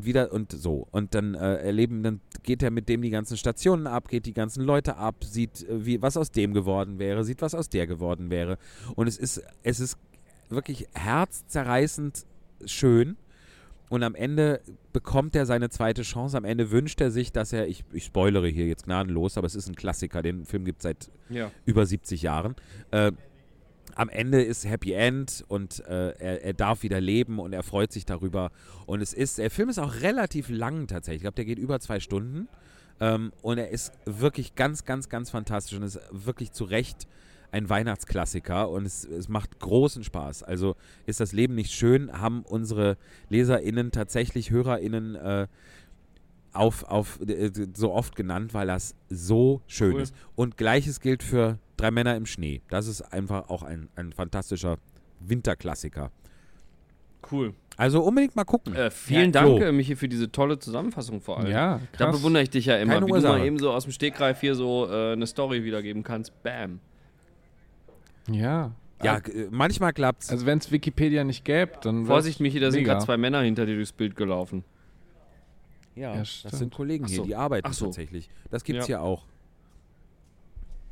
dann geht er mit dem die ganzen Stationen ab, geht die ganzen Leute ab, sieht, was aus dem geworden wäre, sieht, was aus der geworden wäre. Und es ist wirklich herzzerreißend schön. Und am Ende bekommt er seine zweite Chance. Am Ende wünscht er sich, dass er, ich spoilere hier jetzt gnadenlos, aber es ist ein Klassiker, den Film gibt es seit über 70 Jahren. Am Ende ist Happy End und er darf wieder leben und er freut sich darüber. Und der Film ist auch relativ lang tatsächlich. Ich glaube, der geht über 2 Stunden. Und er ist wirklich ganz, ganz, ganz fantastisch und ist wirklich zu Recht ein Weihnachtsklassiker und es macht großen Spaß. Also ist das Leben nicht schön, haben unsere LeserInnen tatsächlich HörerInnen so oft genannt, weil das so schön ist. Und Gleiches gilt für 3 Männer im Schnee. Das ist einfach auch ein fantastischer Winterklassiker. Cool. Also unbedingt mal gucken. Vielen Dank, Michi, für diese tolle Zusammenfassung vor allem. Ja, Da krass. bewundere ich dich ja immer, Keine wie Ursache. du mal eben so aus dem Stegreif hier so eine Story wiedergeben kannst. Bam. Ja. Ja, manchmal klappt's. Also wenn es Wikipedia nicht gäbe, dann Vorsicht, Michi, da sind mega. gerade 2 Männer hinter dir durchs Bild gelaufen. Ja, das stimmt. sind Kollegen Ach hier, so. die arbeiten Ach so. tatsächlich. Das gibt's Ja. hier auch.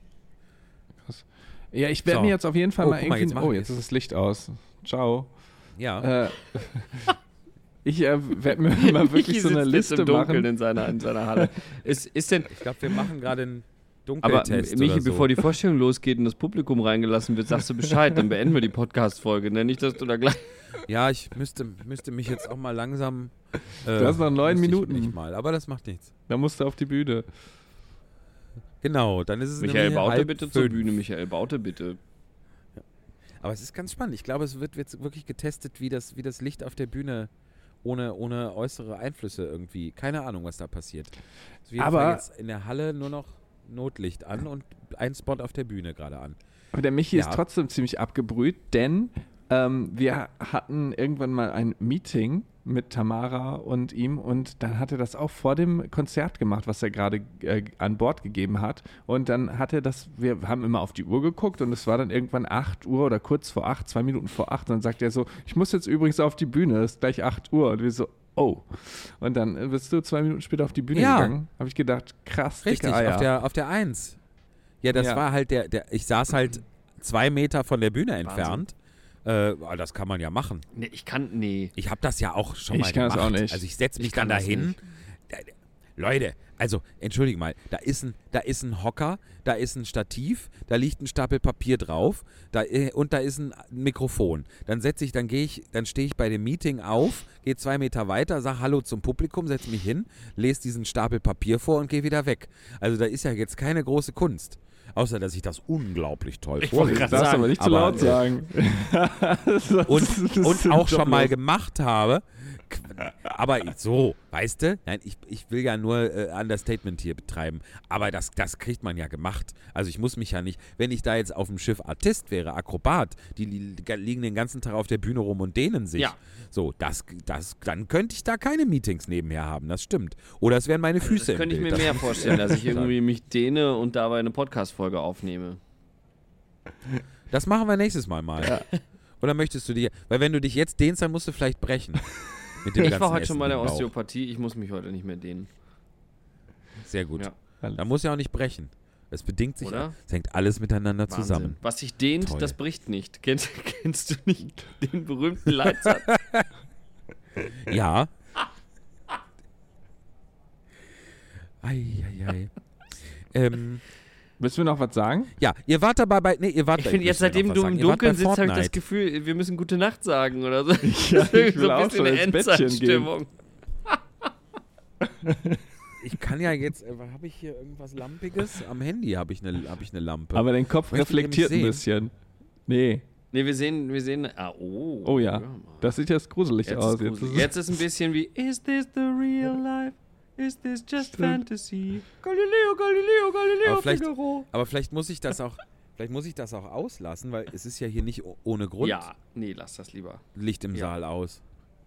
Ja, ich werde So. mir jetzt auf jeden Fall Oh, mal guck mal, irgendwie... jetzt machen Oh, wir jetzt es. ist das Licht aus. Ciao. Ja. Ich werde mir mal wirklich so eine Liste im Dunkeln machen. in seiner Halle. Ist denn, Ich glaube, wir machen gerade einen aber Dunkeltest Michi, oder so. bevor die Vorstellung losgeht und das Publikum reingelassen wird, sagst du Bescheid, dann beenden wir die Podcast-Folge. Ne? Nicht, dass du da gleich... Ja, ich müsste mich jetzt auch mal langsam... Du hast noch 9 Minuten. Nicht mal, aber das macht nichts. Da musst du auf die Bühne. Genau, dann ist es Michael nämlich Baute 4:30. bitte zur Bühne, Michael Baute bitte. Aber es ist ganz spannend. Ich glaube, es wird jetzt wirklich getestet, wie das Licht auf der Bühne ohne äußere Einflüsse irgendwie. Keine Ahnung, was da passiert. Auf jeden Aber- Fall jetzt in der Halle nur noch Notlicht an und ein Spot auf der Bühne gerade an. Aber der Michi Ja. ist trotzdem ziemlich abgebrüht, denn wir hatten irgendwann mal ein Meeting mit Tamara und ihm und dann hat er das auch vor dem Konzert gemacht, was er gerade an Bord gegeben hat. Und dann hat er das, wir haben immer auf die Uhr geguckt und es war dann irgendwann 8 Uhr oder kurz vor 8, 2 Minuten vor 8. Und dann sagt er so, ich muss jetzt übrigens auf die Bühne, es ist gleich 8 Uhr. Und wir so, oh. Und dann bist du 2 Minuten später auf die Bühne Ja. gegangen. Habe ich gedacht, krass, Richtig, dicke Eier. auf der 1. Ja, das Ja. war halt ich saß halt 2 Meter von der Bühne entfernt. Das kann man ja machen. Nee, Ich habe das ja auch schon Ich mal kann gemacht. das auch nicht. Also ich setze mich Ich kann dann das dahin. nicht. Leute, also entschuldige mal, da ist ein Hocker, da ist ein Stativ, da liegt ein Stapel Papier drauf und da ist ein Mikrofon. Dann stehe ich bei dem Meeting auf, gehe 2 Meter weiter, sage Hallo zum Publikum, setze mich hin, lese diesen Stapel Papier vor und gehe wieder weg. Also da ist ja jetzt keine große Kunst. Außer, dass ich das unglaublich toll Ich wollte vorlese. gerade Das darfst du sagen, aber nicht zu aber, laut sagen. Und auch schon mal gemacht habe. Aber so, weißt du? Nein, ich will ja nur Understatement hier betreiben. Aber das kriegt man ja gemacht. Also ich muss mich ja nicht, wenn ich da jetzt auf dem Schiff Artist wäre, Akrobat, die liegen den ganzen Tag auf der Bühne rum und dehnen sich. Ja. So, dann könnte ich da keine Meetings nebenher haben, das stimmt. Oder es wären meine Füße Das könnte ich im mir Bild. mehr vorstellen, dass ich irgendwie mich dehne und dabei eine Podcast-Folge aufnehme. Das machen wir nächstes Mal. Oder möchtest du weil wenn du dich jetzt dehnst, dann musst du vielleicht brechen. Mit dem Ich war ganzen heute schon mal in der Essen im Bauch. Osteopathie, ich muss mich heute nicht mehr dehnen. Sehr gut. Ja. Da muss ja auch nicht brechen. Es bedingt sich, Oder? es hängt alles miteinander Wahnsinn. zusammen. Was sich dehnt, Toll. das bricht nicht. Kennst du nicht den berühmten Leitsatz? Ja. Eieiei. Müssen wir noch was sagen? Ja, ihr wart dabei bei. Nee, ihr wart Ich finde jetzt, seitdem du im Dunkeln sitzt, habe ich das Gefühl, wir müssen gute Nacht sagen oder so. Ja, ich will so ein auch bisschen schon eine ins Bettchen Endzeitstimmung. Ich kann ja jetzt. Habe ich hier irgendwas Lampiges? Am Handy habe ich eine Lampe. Aber dein Kopf Möchtet ihr mich reflektiert ein sehen? bisschen. Nee. Nee, wir sehen. Oh. Oh ja. mal. Das sieht jetzt gruselig Jetzt aus. ist gruselig. Jetzt ist ein bisschen wie Is this the real life? Is this just fantasy? Galileo, Figaro. Aber vielleicht muss ich das auch. Vielleicht muss ich das auch auslassen, weil es ist ja hier nicht ohne Grund Ja, nee, lass das lieber. Licht im Ja. Saal aus.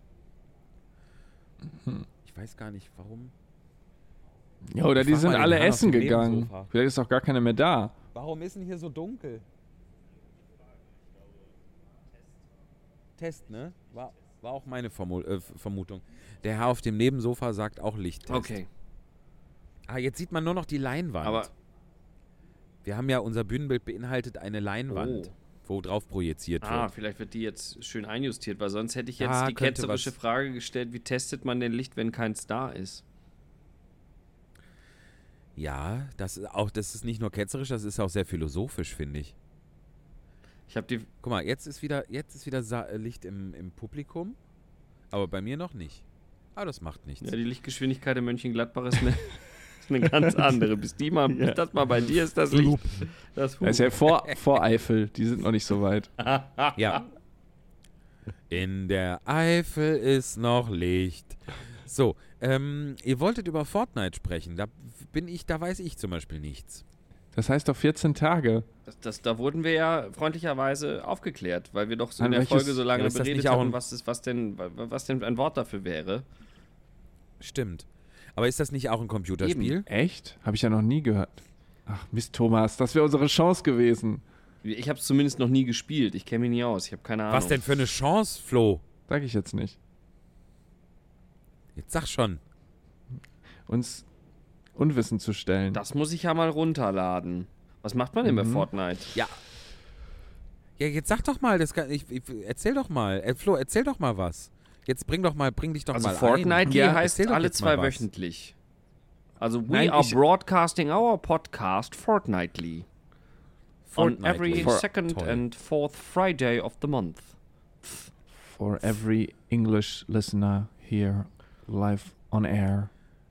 Ich weiß gar nicht, warum. Ja, oder Ich die frag sind mal den alle Herrn auf essen dem gegangen. Nebensofa. Vielleicht ist auch gar keiner mehr da. Warum ist denn hier so dunkel? Test, ne? War auch meine Vermutung. Der Herr auf dem Nebensofa sagt auch Lichttest. Okay. Jetzt sieht man nur noch die Leinwand. Aber wir haben ja, unser Bühnenbild beinhaltet eine Leinwand, wo drauf projiziert wird. vielleicht wird die jetzt schön einjustiert, weil sonst hätte ich jetzt Ja, die könnte ketzerische was- Frage gestellt, wie testet man denn Licht, wenn keins da ist? Ja, das ist nicht nur ketzerisch, das ist auch sehr philosophisch, finde ich. Ich habe die Guck mal, jetzt ist wieder Licht im Publikum, aber bei mir noch nicht. Aber das macht nichts. Ja, die Lichtgeschwindigkeit in Mönchengladbach ist eine ganz andere. Bis das mal bei dir ist, das Licht. Das Das ist ja vor Eifel. Die sind noch nicht so weit. Ja. In der Eifel ist noch Licht. So, ihr wolltet über Fortnite sprechen. Da weiß ich zum Beispiel nichts. Das heißt doch 14 Tage. Da wurden wir ja freundlicherweise aufgeklärt, weil wir doch so in An der welches- Folge so lange Ja, ist das beredet nicht auch hatten, ein- was denn ein Wort dafür wäre. Stimmt. Aber ist das nicht auch ein Computerspiel? Echt? Habe ich ja noch nie gehört. Ach Mist, Thomas, das wäre unsere Chance gewesen. Ich habe es zumindest noch nie gespielt. Ich kenne mich nie aus. Ich habe keine Ahnung. Was denn für eine Chance, Flo? Sag ich jetzt nicht. Jetzt sag schon. Uns Unwissen zu stellen. Das muss ich ja mal runterladen. Was macht man denn bei Fortnite? Ja, jetzt sag doch mal, erzähl doch mal. Flo, erzähl doch mal was. Jetzt bring dich doch mal Also ein. Fortnightly Ja, heißt erzähl doch alle jetzt mal 2 was. wöchentlich. Also we Nein, are ich- broadcasting our podcast fortnightly. On every Fortnightly. second Toll. and fourth Friday of the month. For every English listener here live on air.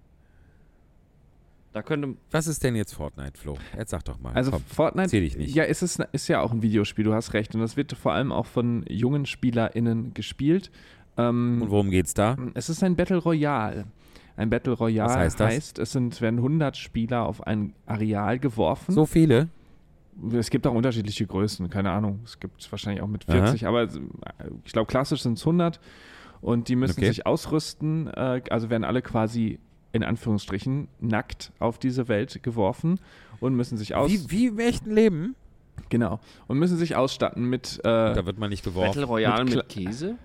Da könnte Was ist denn jetzt Fortnite, Flo? Jetzt sag doch mal. Also komm. Fortnite, zähl dich nicht. ja, ist ja auch ein Videospiel, du hast recht. Und das wird vor allem auch von jungen SpielerInnen gespielt. Und worum geht's da? Es ist ein Battle Royale. Ein Battle Royale Was heißt das? werden 100 Spieler auf ein Areal geworfen. So viele? Es gibt auch unterschiedliche Größen, keine Ahnung. Es gibt wahrscheinlich auch mit 40, aber ich glaube, klassisch sind es 100. Und die müssen Okay. sich ausrüsten, also werden alle quasi in Anführungsstrichen nackt auf diese Welt geworfen und müssen sich Wie im echten Leben? Genau. Und müssen sich ausstatten mit Da wird man nicht geworfen. Battle Royale mit mit Käse?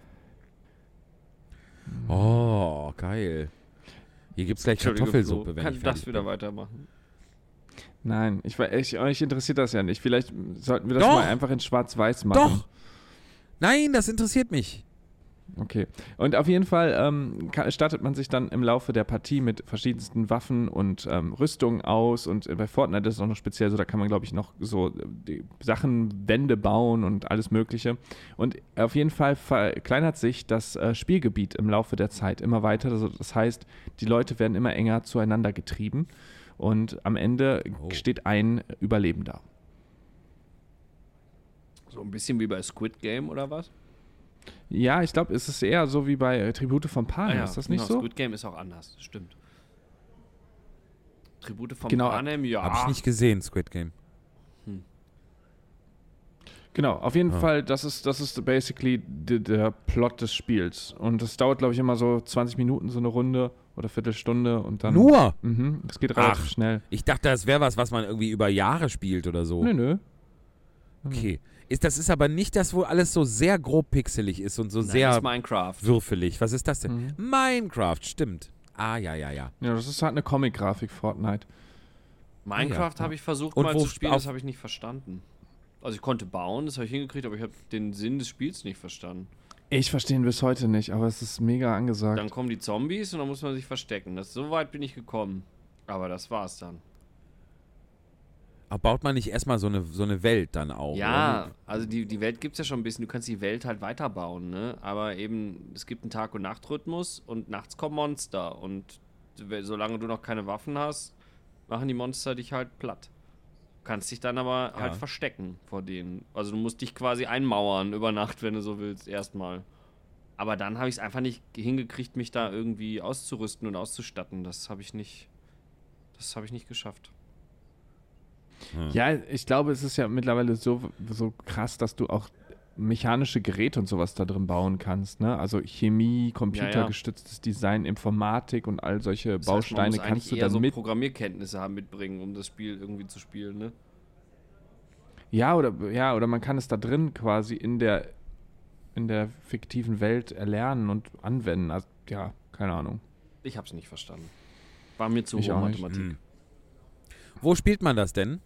Oh, geil. Hier gibt's gleich Entschuldige, Kartoffelsuppe, Flo, wenn kann ich das fertig wieder bin. weitermachen? Nein, euch interessiert das ja nicht. Vielleicht sollten wir das Doch. mal einfach in Schwarz-Weiß machen. Doch! Nein, das interessiert mich. Okay. Und auf jeden Fall startet man sich dann im Laufe der Partie mit verschiedensten Waffen und Rüstungen aus. Und bei Fortnite ist es auch noch speziell so, da kann man, glaube ich, noch so die Sachen, Wände bauen und alles Mögliche. Und auf jeden Fall verkleinert sich das Spielgebiet im Laufe der Zeit immer weiter. Also das heißt, die Leute werden immer enger zueinander getrieben. Und am Ende steht ein Überlebender. So ein bisschen wie bei Squid Game oder was? Ja, ich glaube, es ist eher so wie bei Tribute von Panem. Ist das nicht so? Squid Game ist auch anders, stimmt. Tribute von Genau. Panem, ja. Hab ich nicht gesehen, Squid Game. Genau, auf jeden Ja. Fall, das ist basically der Plot des Spiels. Und das dauert, glaube ich, immer so 20 Minuten, so eine Runde oder Viertelstunde und dann. Nur? Das geht relativ Ach. schnell. Ich dachte, das wäre was man irgendwie über Jahre spielt oder so. Nö. Okay. Das ist aber nicht das, wo alles so sehr grob pixelig ist und so Nein, das sehr ist Minecraft. würfelig. Was ist das denn? Minecraft, stimmt. Ah, ja. Ja, das ist halt eine Comic-Grafik, Fortnite. Minecraft ja. habe ich versucht Und mal wo zu spielen, auf- das habe ich nicht verstanden. Also ich konnte bauen, das habe ich hingekriegt, aber ich habe den Sinn des Spiels nicht verstanden. Ich verstehe ihn bis heute nicht, aber es ist mega angesagt. Dann kommen die Zombies und dann muss man sich verstecken. So weit bin ich gekommen. Aber das war's dann. Aber baut man nicht erstmal so eine Welt dann auch? Ja, oder? also die Welt gibt es ja schon ein bisschen. Du kannst die Welt halt weiterbauen, ne? Aber eben, es gibt einen Tag- und Nachtrhythmus und nachts kommen Monster. Und solange du noch keine Waffen hast, machen die Monster dich halt platt. Du kannst dich dann aber halt verstecken vor denen. Also du musst dich quasi einmauern über Nacht, wenn du so willst, erstmal. Aber dann habe ich es einfach nicht hingekriegt, mich da irgendwie auszurüsten und auszustatten. Das habe ich nicht geschafft. Ja, ich glaube, es ist ja mittlerweile so krass, dass du auch mechanische Geräte und sowas da drin bauen kannst, ne? Also Chemie, computergestütztes Design, Informatik und all solche Das heißt, man Bausteine muss kannst eigentlich du eher dann so mit. Programmierkenntnisse mitbringen, um das Spiel irgendwie zu spielen, ne? Ja, oder man kann es da drin quasi in der fiktiven Welt erlernen und anwenden. Also, ja, keine Ahnung. Ich hab's nicht verstanden. War mir zu Ich hohe auch nicht. Mathematik. Wo spielt man das denn?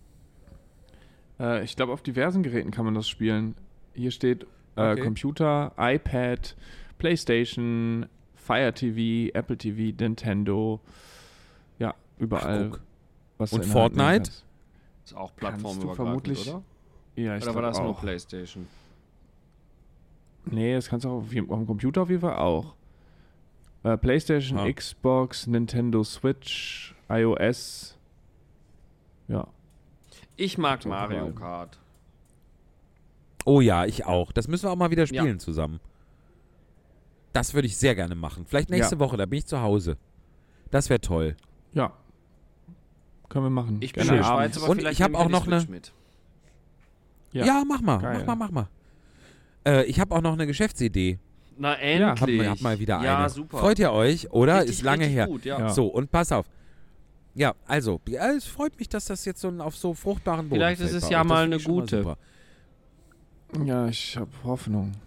Ich glaube, auf diversen Geräten kann man das spielen. Hier steht Okay. Computer, iPad, PlayStation, Fire TV, Apple TV, Nintendo. Ja, überall. guck. Was Und du in der Hand nehmen Fortnite? kannst. Ist auch Kannst du plattformübergreifend, vermutlich- oder? Ja, ich Oder war glaub das nur auch. PlayStation? Nee, das kannst du auch auf dem Computer auf jeden Fall auch. PlayStation, Ah. Xbox, Nintendo Switch, iOS. Ja. Ich mag So Mario überall. Kart. Oh ja, ich auch. Das müssen wir auch mal wieder spielen zusammen. Das würde ich sehr gerne machen. Vielleicht nächste Woche, da bin ich zu Hause. Das wäre toll. Ja. Können wir machen. Ich bin Gerne in der abends. Schweiz, aber Und vielleicht ich hab nehmen wir auch die noch Switch eine- mit. Ja, mach mal. Geil. Mach mal. Ich habe auch noch eine Geschäftsidee. Na Ja, endlich. Hab mal wieder ja, eine. super. Freut ihr euch, oder? Richtig, Ist lange richtig her. Gut, ja. Ja. So, und pass auf. Ja, also, es freut mich, dass das jetzt so auf so fruchtbaren Boden Vielleicht fällt ist es bei ja euch. Das mal finde eine ich schon gute. super. Ja, ich habe Hoffnung.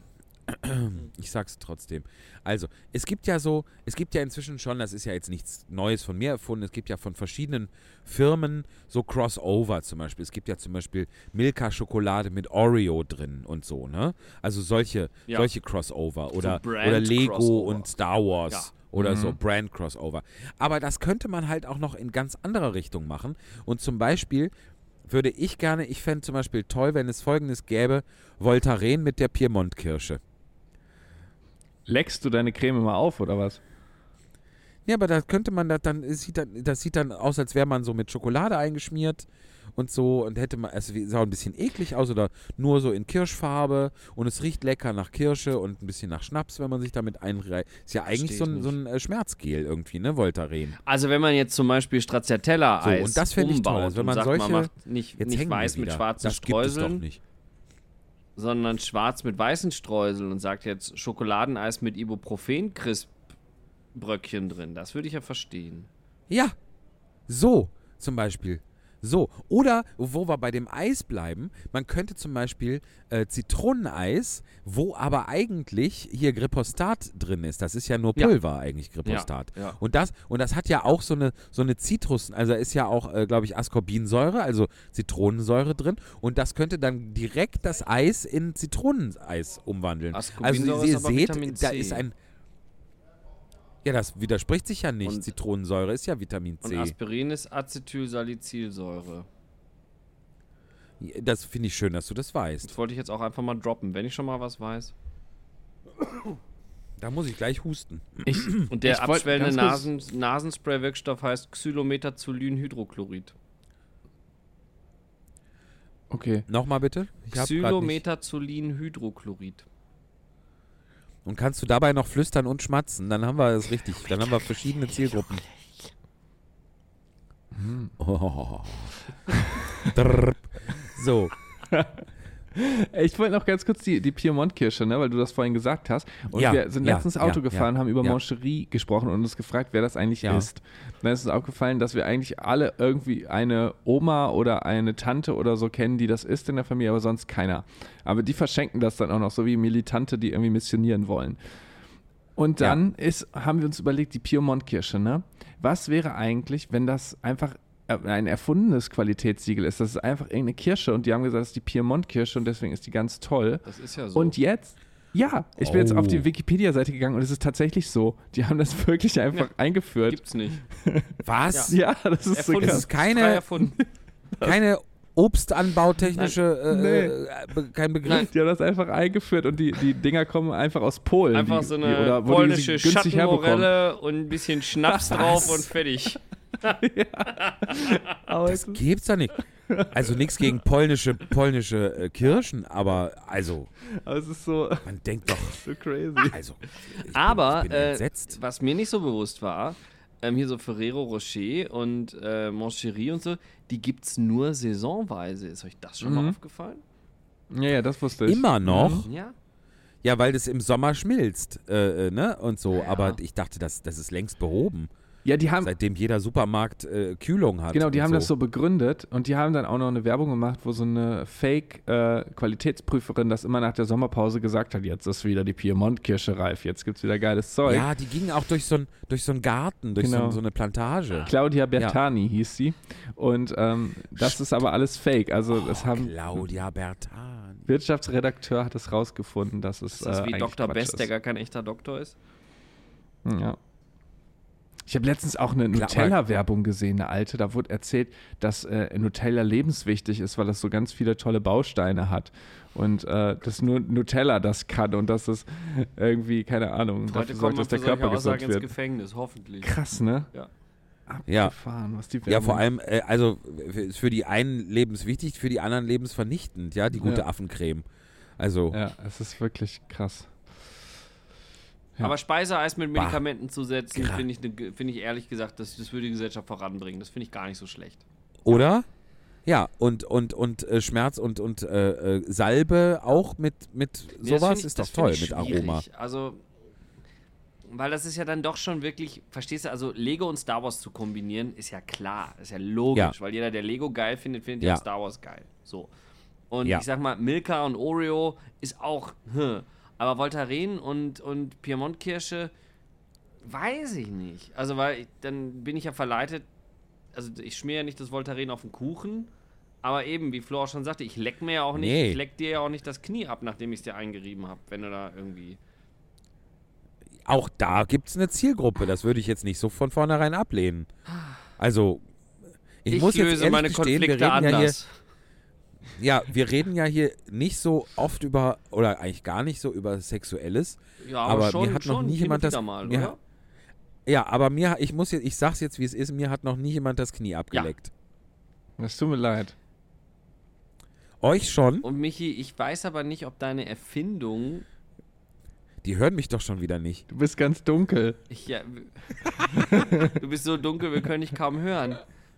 Ich sag's trotzdem. Also, es gibt ja inzwischen schon, das ist ja jetzt nichts Neues von mir erfunden, es gibt ja von verschiedenen Firmen so Crossover zum Beispiel. Es gibt ja zum Beispiel Milka-Schokolade mit Oreo drin und so, ne? Also solche Crossover oder Lego Crossover. und Star Wars. Ja. Oder so Brand-Crossover. Aber das könnte man halt auch noch in ganz andere Richtung machen. Und zum Beispiel ich fände zum Beispiel toll, wenn es Folgendes gäbe: Voltaren mit der Piemont-Kirsche. Leckst du deine Creme mal auf, oder was? Ja, aber da könnte man das sieht dann aus, als wäre man so mit Schokolade eingeschmiert und so und hätte man, es sah ein bisschen eklig aus oder nur so in Kirschfarbe und es riecht lecker nach Kirsche und ein bisschen nach Schnaps, wenn man sich damit einreiht. Ist ja eigentlich so ein Schmerzgel irgendwie, ne, Voltaren. Also wenn man jetzt zum Beispiel Stracciatella-Eis und das fände ich toll, umbaut wenn man und sagt, solche, man macht nicht weiß mit schwarzen das gibt es doch Streuseln, nicht. sondern schwarz mit weißen Streuseln und sagt jetzt Schokoladeneis mit Ibuprofen-Crisp-Bröckchen drin. Das würde ich ja verstehen. Ja, so zum Beispiel. So, oder wo wir bei dem Eis bleiben, man könnte zum Beispiel Zitroneneis, wo aber eigentlich hier Glyphosat drin ist. Das ist ja nur Pulver eigentlich, Glyphosat. Ja. Und das hat ja auch so eine Zitrus, also da ist ja auch, glaube ich, Ascorbinsäure, also Zitronensäure drin. Und das könnte dann direkt das Eis in Zitroneneis umwandeln. Ascorbinsäure Also ist ihr aber seht, Vitamin da C. ist ein... Ja, das widerspricht sich ja nicht. Und- Zitronensäure ist ja Vitamin Und C. Aspirin ist Acetylsalicylsäure. Das finde ich schön, dass du das weißt. Das wollte ich jetzt auch einfach mal droppen, wenn ich schon mal was weiß. Da muss ich gleich husten. Und der Ich wollt abschwellende ganz kurz- Nasenspray-Wirkstoff heißt Xylometazolin-Hydrochlorid. Okay. Nochmal bitte. Ich hab grad nicht. Xylometazolin-Hydrochlorid. Und kannst du dabei noch flüstern und schmatzen? Dann haben wir das richtig. Dann haben wir verschiedene Zielgruppen. Oh. Drrrp. So. Ich wollte noch ganz kurz die Piemont-Kirsche, ne, weil du das vorhin gesagt hast. Und Ja, wir sind ja, letztens Auto ja, gefahren, ja, haben über ja. Moncherie gesprochen und uns gefragt, wer das eigentlich Ja. ist. Dann ist uns aufgefallen, dass wir eigentlich alle irgendwie eine Oma oder eine Tante oder so kennen, die das ist in der Familie, aber sonst keiner. Aber die verschenken das dann auch noch, so wie Militante, die irgendwie missionieren wollen. Und dann haben wir uns überlegt, die Piemont-Kirsche, ne? Was wäre eigentlich, wenn das einfach ein erfundenes Qualitätssiegel ist? Das ist einfach irgendeine Kirsche und die haben gesagt, das ist die Piemont-Kirsche und deswegen ist die ganz toll. Das ist ja so. Und jetzt, ich bin jetzt auf die Wikipedia-Seite gegangen und es ist tatsächlich so. Die haben das wirklich einfach eingeführt. Gibt's nicht. Was? Ja, das ist so Erfunden. Das krass. ist keine, erfunden. keine obstanbautechnische, kein Begriff. Die haben das einfach eingeführt und die Dinger kommen einfach aus Polen. Einfach so eine oder wo die sie polnische günstig herbekommen. Schattenmorelle und ein bisschen Schnaps drauf und fertig. Aber Das gibt's doch nicht. Also nichts gegen polnische Kirschen, aber also, es ist so, man denkt doch, so crazy. also, ich Aber bin entsetzt. was mir nicht so bewusst war, hier so Ferrero Rocher und Moncherie und so, die gibt's nur saisonweise. Ist euch das schon mal aufgefallen? Ja, das wusste ich. Immer noch? Ja. Ja, weil das im Sommer schmilzt, ne, und so. Aber ich dachte, das ist längst behoben. Ja, die haben, Seitdem jeder Supermarkt Kühlung hat. genau, die und haben das so begründet und die haben dann auch noch eine Werbung gemacht, wo so eine Fake-Qualitätsprüferin das immer nach der Sommerpause gesagt hat, jetzt ist wieder die Piemont-Kirsche reif, jetzt gibt's wieder geiles Zeug. Ja, die gingen auch durch so einen Garten, durch Genau. so eine Plantage. Claudia Bertani hieß sie und das ist aber alles Fake, also es haben Claudia Bertani. Wirtschaftsredakteur hat es rausgefunden, dass es Ist das wie eigentlich Dr. Quatsch Best, der ist. gar kein echter Doktor ist? Ja. Ich habe letztens auch eine Nutella-Werbung gesehen, eine alte. Da wurde erzählt, dass Nutella lebenswichtig ist, weil das so ganz viele tolle Bausteine hat. Und dass nur Nutella das kann und dass es irgendwie, keine Ahnung, Heute dafür kommt sorgt, man dass der für solche Körper Aussagen gesund ins wird. Gefängnis, hoffentlich. Krass, ne? Ja. Ja. Abgefahren, was die Werbung... Ja, vor allem, also ist für die einen lebenswichtig, für die anderen lebensvernichtend, ja, die gute Ja. Affencreme. Also, Ja, es ist wirklich krass. Ja. Aber Speiseeis mit Bah. Medikamenten zu setzen, Gra- finde ich ehrlich gesagt, das würde die Gesellschaft voranbringen. Das finde ich gar nicht so schlecht. oder? Ja, und Schmerz und Salbe auch mit Nee, das sowas find ich- ist doch das find toll, ich mit schwierig. Aroma. Also, weil das ist ja dann doch schon wirklich, verstehst du, also Lego und Star Wars zu kombinieren, ist ja klar, ist ja logisch, Ja. weil jeder, der Lego geil findet, findet ja Ja. auch Star Wars geil. So. Und Ja. ich sag mal, Milka und Oreo ist auch, Aber Voltaren und Piemont-Kirsche, weiß ich nicht. Also, dann bin ich ja verleitet, also ich schmier ja nicht das Voltaren auf den Kuchen, aber eben, wie Flo auch schon sagte, ich leck mir ja auch nicht, Nee. ich leck dir ja auch nicht das Knie ab, nachdem ich es dir eingerieben habe, wenn du da irgendwie... Auch da gibt es eine Zielgruppe. Das würde ich jetzt nicht so von vornherein ablehnen. Also, ich muss jetzt löse ehrlich meine gestehen, wir Konflikte reden ja hier, anders. ja, wir reden ja hier nicht so oft über, oder eigentlich gar nicht so über Sexuelles. Ja, aber schon, mir hat noch schon nie hin und jemand das, wieder mal, mir, oder? ja, aber ich sag's jetzt, wie es ist, mir hat noch nie jemand das Knie abgeleckt. Das tut mir leid. Euch schon? Und Michi, ich weiß aber nicht, ob deine Erfindung... Die hören mich doch schon wieder nicht. Du bist ganz dunkel. Du bist so dunkel, wir können dich kaum hören.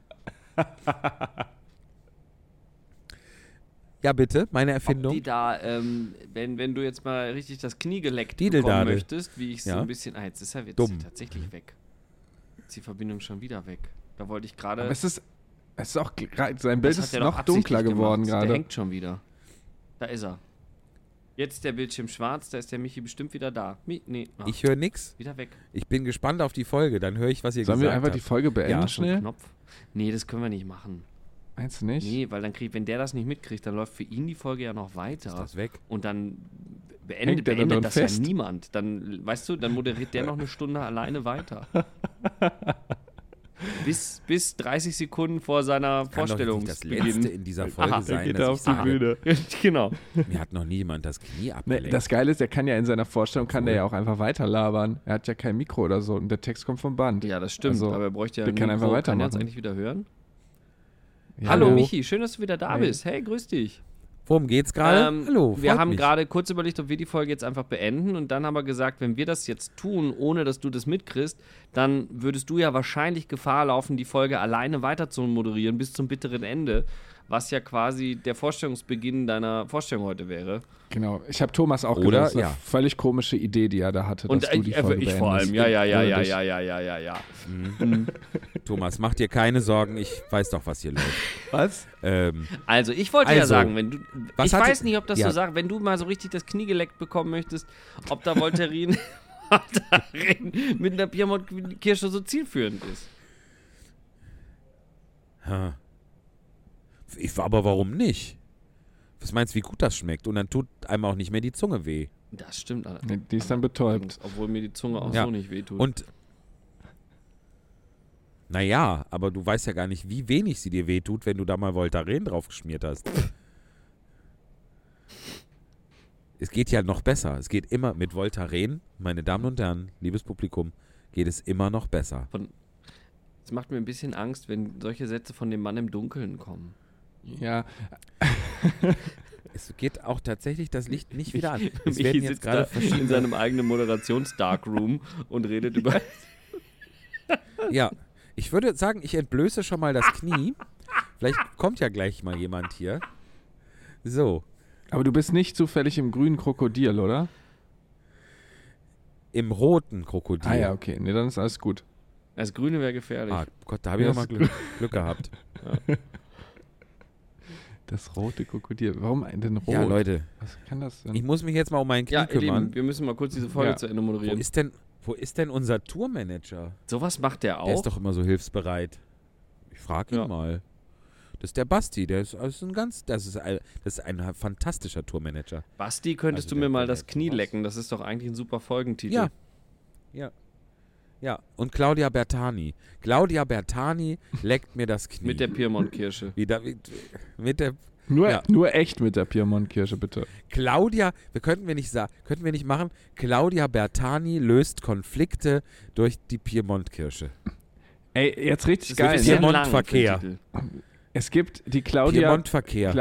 Ja, bitte, meine Erfindung. Ob die da, wenn du jetzt mal richtig das Knie geleckt Diedeldadel. bekommen möchtest, wie ich so Ja. ein bisschen... Ah, jetzt ist er Dumm. tatsächlich weg. Jetzt ist die Verbindung schon wieder weg. Da wollte ich gerade... Aber es ist auch, sein Bild Das hat ist der doch noch dunkler absichtlich geworden gemacht. Der gerade. hängt schon wieder. Da ist er. Jetzt ist der Bildschirm schwarz, da ist der Michi bestimmt wieder da. Ich höre nix. Wieder weg. Ich bin gespannt auf die Folge, dann höre ich, was ihr Sollen gesagt wir einfach habt. die Folge beenden Ja, schnell? Knopf. Nee, das können wir nicht machen. Meinst du nicht? Nee, weil dann wenn der das nicht mitkriegt, dann läuft für ihn die Folge ja noch Ist weiter. das weg? Und dann Hängt der da beendet drin das fest? ja niemand. Dann, weißt du, dann moderiert der noch eine Stunde alleine weiter. bis 30 Sekunden vor seiner Kann doch nicht das Letzte Vorstellungsbeginn. in dieser Folge Aha, sein, Geht er dass auf ich die sage, Bühne. Genau. mir hat noch nie jemand das Knie Nee, abgeleckt. das Geile ist, er kann ja in seiner Vorstellung der ja auch einfach weiter labern. Er hat ja kein Mikro oder so und der Text kommt vom Band. Ja, das stimmt. Also, aber er bräuchte ja wir können einfach Kann er weitermachen. uns eigentlich wieder hören? Ja, Hallo Michi, schön, dass du wieder da Hey. bist. Hey, grüß dich. Worum geht's gerade? Hallo, Wir freut haben mich. gerade kurz überlegt, ob wir die Folge jetzt einfach beenden und dann haben wir gesagt, wenn wir das jetzt tun, ohne dass du das mitkriegst, dann würdest du ja wahrscheinlich Gefahr laufen, die Folge alleine weiter zu moderieren bis zum bitteren Ende, was ja quasi der Vorstellungsbeginn deiner Vorstellung heute wäre. Genau. Ich habe Thomas auch Oder? gesagt, das ist eine Ja. völlig komische Idee, die er da hatte, Und dass du die Folge ich vor allem, beendest. ja. Thomas, mach dir keine Sorgen, ich weiß doch, was hier läuft. Was? Also, ich wollte ja Also, sagen, wenn du, was ich hatte- weiß nicht, ob das ja. so sagt, wenn du mal so richtig das Knie geleckt bekommen möchtest, ob da Voltaren mit einer Piemont-Kirsche so zielführend ist. Ha. Aber warum nicht? Was meinst du, wie gut das schmeckt? Und dann tut einem auch nicht mehr die Zunge weh. Das stimmt allerdings. Nee, die ist dann betäubt. Obwohl mir die Zunge auch Ja. so nicht wehtut. Und naja, aber du weißt ja gar nicht, wie wenig sie dir wehtut, wenn du da mal Voltaren drauf geschmiert hast. Es geht ja noch besser. Es geht immer mit Voltaren, meine Damen und Herren, liebes Publikum, geht es immer noch besser. Es macht mir ein bisschen Angst, wenn solche Sätze von dem Mann im Dunkeln kommen. Ja, Es geht auch tatsächlich das Licht nicht wieder an. Es Michi werden jetzt sitzt gerade da in verschiedene... seinem eigenen Moderations-Darkroom und redet über... Ja, ich würde sagen, ich entblöße schon mal das Knie. Vielleicht kommt ja gleich mal jemand hier. So, aber du bist nicht zufällig im grünen Krokodil, oder? im roten Krokodil. Ah ja, okay. Nee, dann ist alles gut. Das Grüne wäre gefährlich. Ah, Gott, da habe ich Ja, noch mal das- Glück gehabt. Das rote Krokodil. Warum denn rot? Ja, Leute, Was kann das denn? ich muss mich jetzt mal um mein Knie Ja, ihr kümmern. Lieben, wir müssen mal kurz diese Folge Ja. zu Ende Wo moderieren. ist denn unser Tourmanager? Sowas macht der Der auch. ist doch immer so hilfsbereit. Ich frage ihn Ja. mal. Das ist der Basti, das ist ein fantastischer Tourmanager. Basti, könntest Also du mir der- mal der- das Knie was? lecken? Das ist doch eigentlich ein super Folgentitel. Ja. Ja, und Claudia Bertani. Claudia Bertani leckt mir das Knie. Mit der Piemont-Kirsche. Mit der ja. Nur echt mit der Piemont-Kirsche, bitte. Claudia, könnten wir nicht machen, Claudia Bertani löst Konflikte durch die Piemont-Kirsche. Ey, jetzt richtig Das geil. wird Piemont- sehr Ne? lang für den Verkehr. Titel. Es gibt die Claudia... Piemont-Verkehr.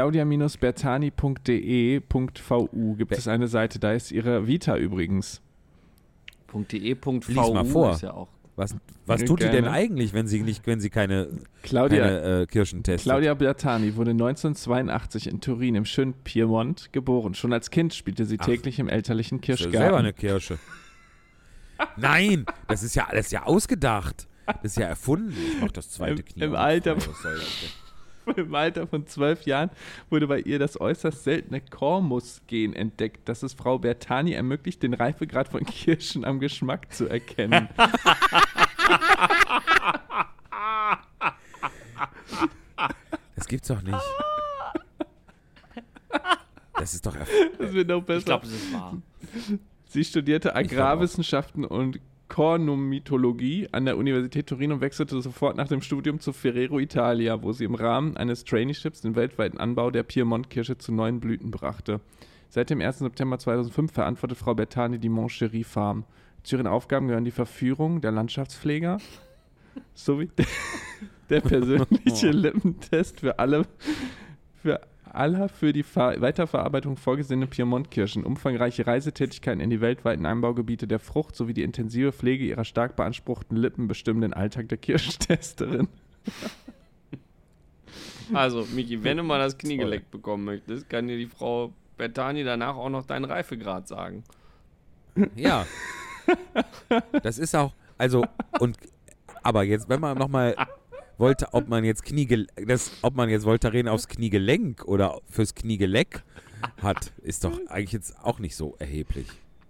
Claudia-bertani.de.vu gibt es eine Seite, da ist ihre Vita übrigens. .de.vu Lies mal vor. ist ja auch. Was Ja, tut die denn gerne. eigentlich, wenn sie keine Claudia Kirschen testet? Claudia Bertani wurde 1982 in Turin im schönen Piemont geboren. Schon als Kind spielte sie täglich im elterlichen ist ja selber Kirschgarten. eine Kirsche. Nein, das ist ja alles ausgedacht. Das ist ja erfunden. Ich mach das zweite Im- Knie. im auf. Alter- Was soll das denn? Im Alter von 12 Jahren wurde bei ihr das äußerst seltene Cormus-Gen entdeckt, das es Frau Bertani ermöglicht, den Reifegrad von Kirschen am Geschmack zu erkennen. Das gibt's doch nicht. Das ist doch... Das wird noch besser. Ich glaube, es ist wahr. Sie studierte Agrarwissenschaften und Kornumitologie an der Universität Turin und wechselte sofort nach dem Studium zu Ferrero Italia, wo sie im Rahmen eines Traineeships den weltweiten Anbau der Piemont-Kirsche zu neuen Blüten brachte. Seit dem 1. September 2005 verantwortet Frau Bertani die Moncherie Farm. Zu ihren Aufgaben gehören die Verführung der Landschaftspfleger sowie der persönliche Lippentest für die Weiterverarbeitung vorgesehene Piemont-Kirschen, umfangreiche Reisetätigkeiten in die weltweiten Anbaugebiete der Frucht sowie die intensive Pflege ihrer stark beanspruchten Lippen bestimmen den Alltag der Kirschentesterin. Also, Miki, wenn du mal das Kniegelenk bekommen möchtest, kann dir die Frau Bertani danach auch noch deinen Reifegrad sagen. Ja. Das ist auch, also, aber jetzt, wenn man nochmal ob man jetzt Voltaren aufs Kniegelenk oder fürs Kniegeleck hat, ist doch eigentlich jetzt auch nicht so erheblich.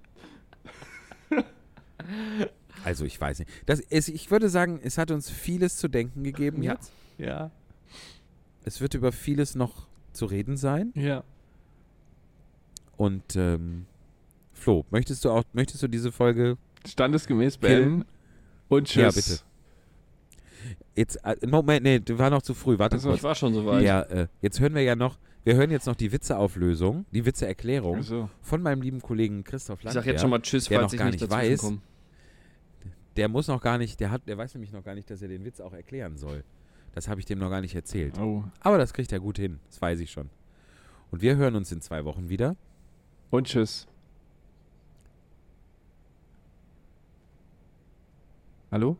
Also ich weiß nicht. Ich würde sagen, es hat uns vieles zu denken gegeben jetzt. Ja. Es wird über vieles noch zu reden sein. Ja. Und Flo, möchtest du diese Folge standesgemäß beenden? Und tschüss. Ja, bitte. Jetzt, Moment, nee, du war noch zu früh, warte kurz. Ich war schon soweit. Ja, jetzt hören wir jetzt noch die Witzeauflösung, die Witzeerklärung von meinem lieben Kollegen Christoph Landwehr. Ich sag jetzt schon mal tschüss, der falls noch ich gar nicht nicht dazwischen weiß. komme. Der weiß nämlich noch gar nicht, dass er den Witz auch erklären soll. Das habe ich dem noch gar nicht erzählt. Oh. Aber das kriegt er gut hin, das weiß ich schon. Und wir hören uns in 2 Wochen wieder. Und tschüss. Hallo?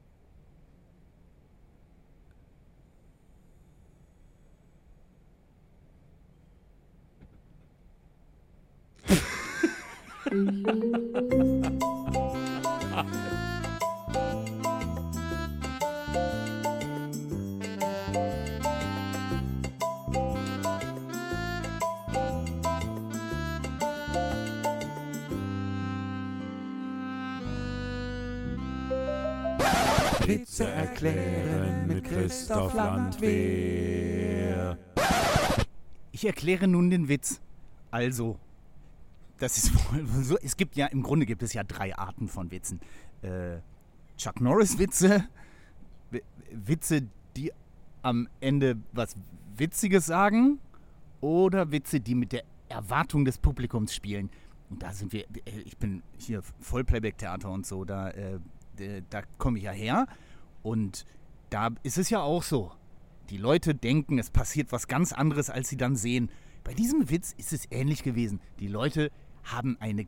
Witze erklären mit Christoph Landwehr. Ich erkläre nun den Witz. Also, das ist wohl so. Im Grunde gibt es ja 3 Arten von Witzen. Chuck Norris-Witze, Witze, die am Ende was Witziges sagen, oder Witze, die mit der Erwartung des Publikums spielen. Und da sind wir, ich bin hier Vollplayback-Theater und so, da komme ich ja her. Und da ist es ja auch so. Die Leute denken, es passiert was ganz anderes, als sie dann sehen. Bei diesem Witz ist es ähnlich gewesen. Die Leute haben eine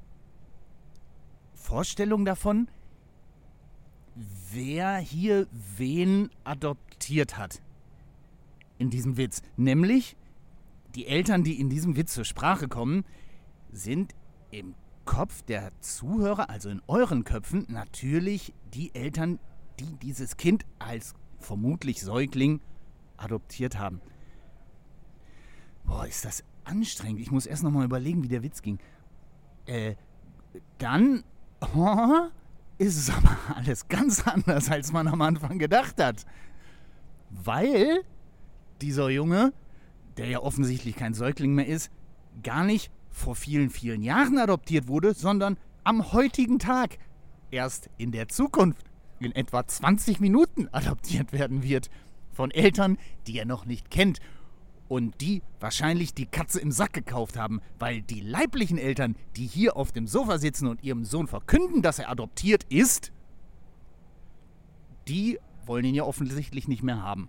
Vorstellung davon, wer hier wen adoptiert hat. In diesem Witz. Nämlich, die Eltern, die in diesem Witz zur Sprache kommen, sind im Kopf der Zuhörer, also in euren Köpfen, natürlich die Eltern, die dieses Kind als vermutlich Säugling adoptiert haben. Boah, ist das anstrengend. Ich muss erst nochmal überlegen, wie der Witz ging. Dann ist es aber alles ganz anders, als man am Anfang gedacht hat. Weil dieser Junge, der ja offensichtlich kein Säugling mehr ist, gar nicht vor vielen, vielen Jahren adoptiert wurde, sondern am heutigen Tag erst in der Zukunft in etwa 20 Minuten adoptiert werden wird von Eltern, die er noch nicht kennt und die wahrscheinlich die Katze im Sack gekauft haben, weil die leiblichen Eltern, die hier auf dem Sofa sitzen und ihrem Sohn verkünden, dass er adoptiert ist, die wollen ihn ja offensichtlich nicht mehr haben.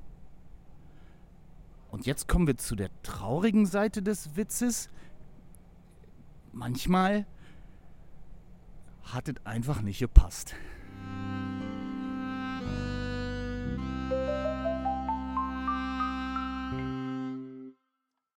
Und jetzt kommen wir zu der traurigen Seite des Witzes. Manchmal hat es einfach nicht gepasst.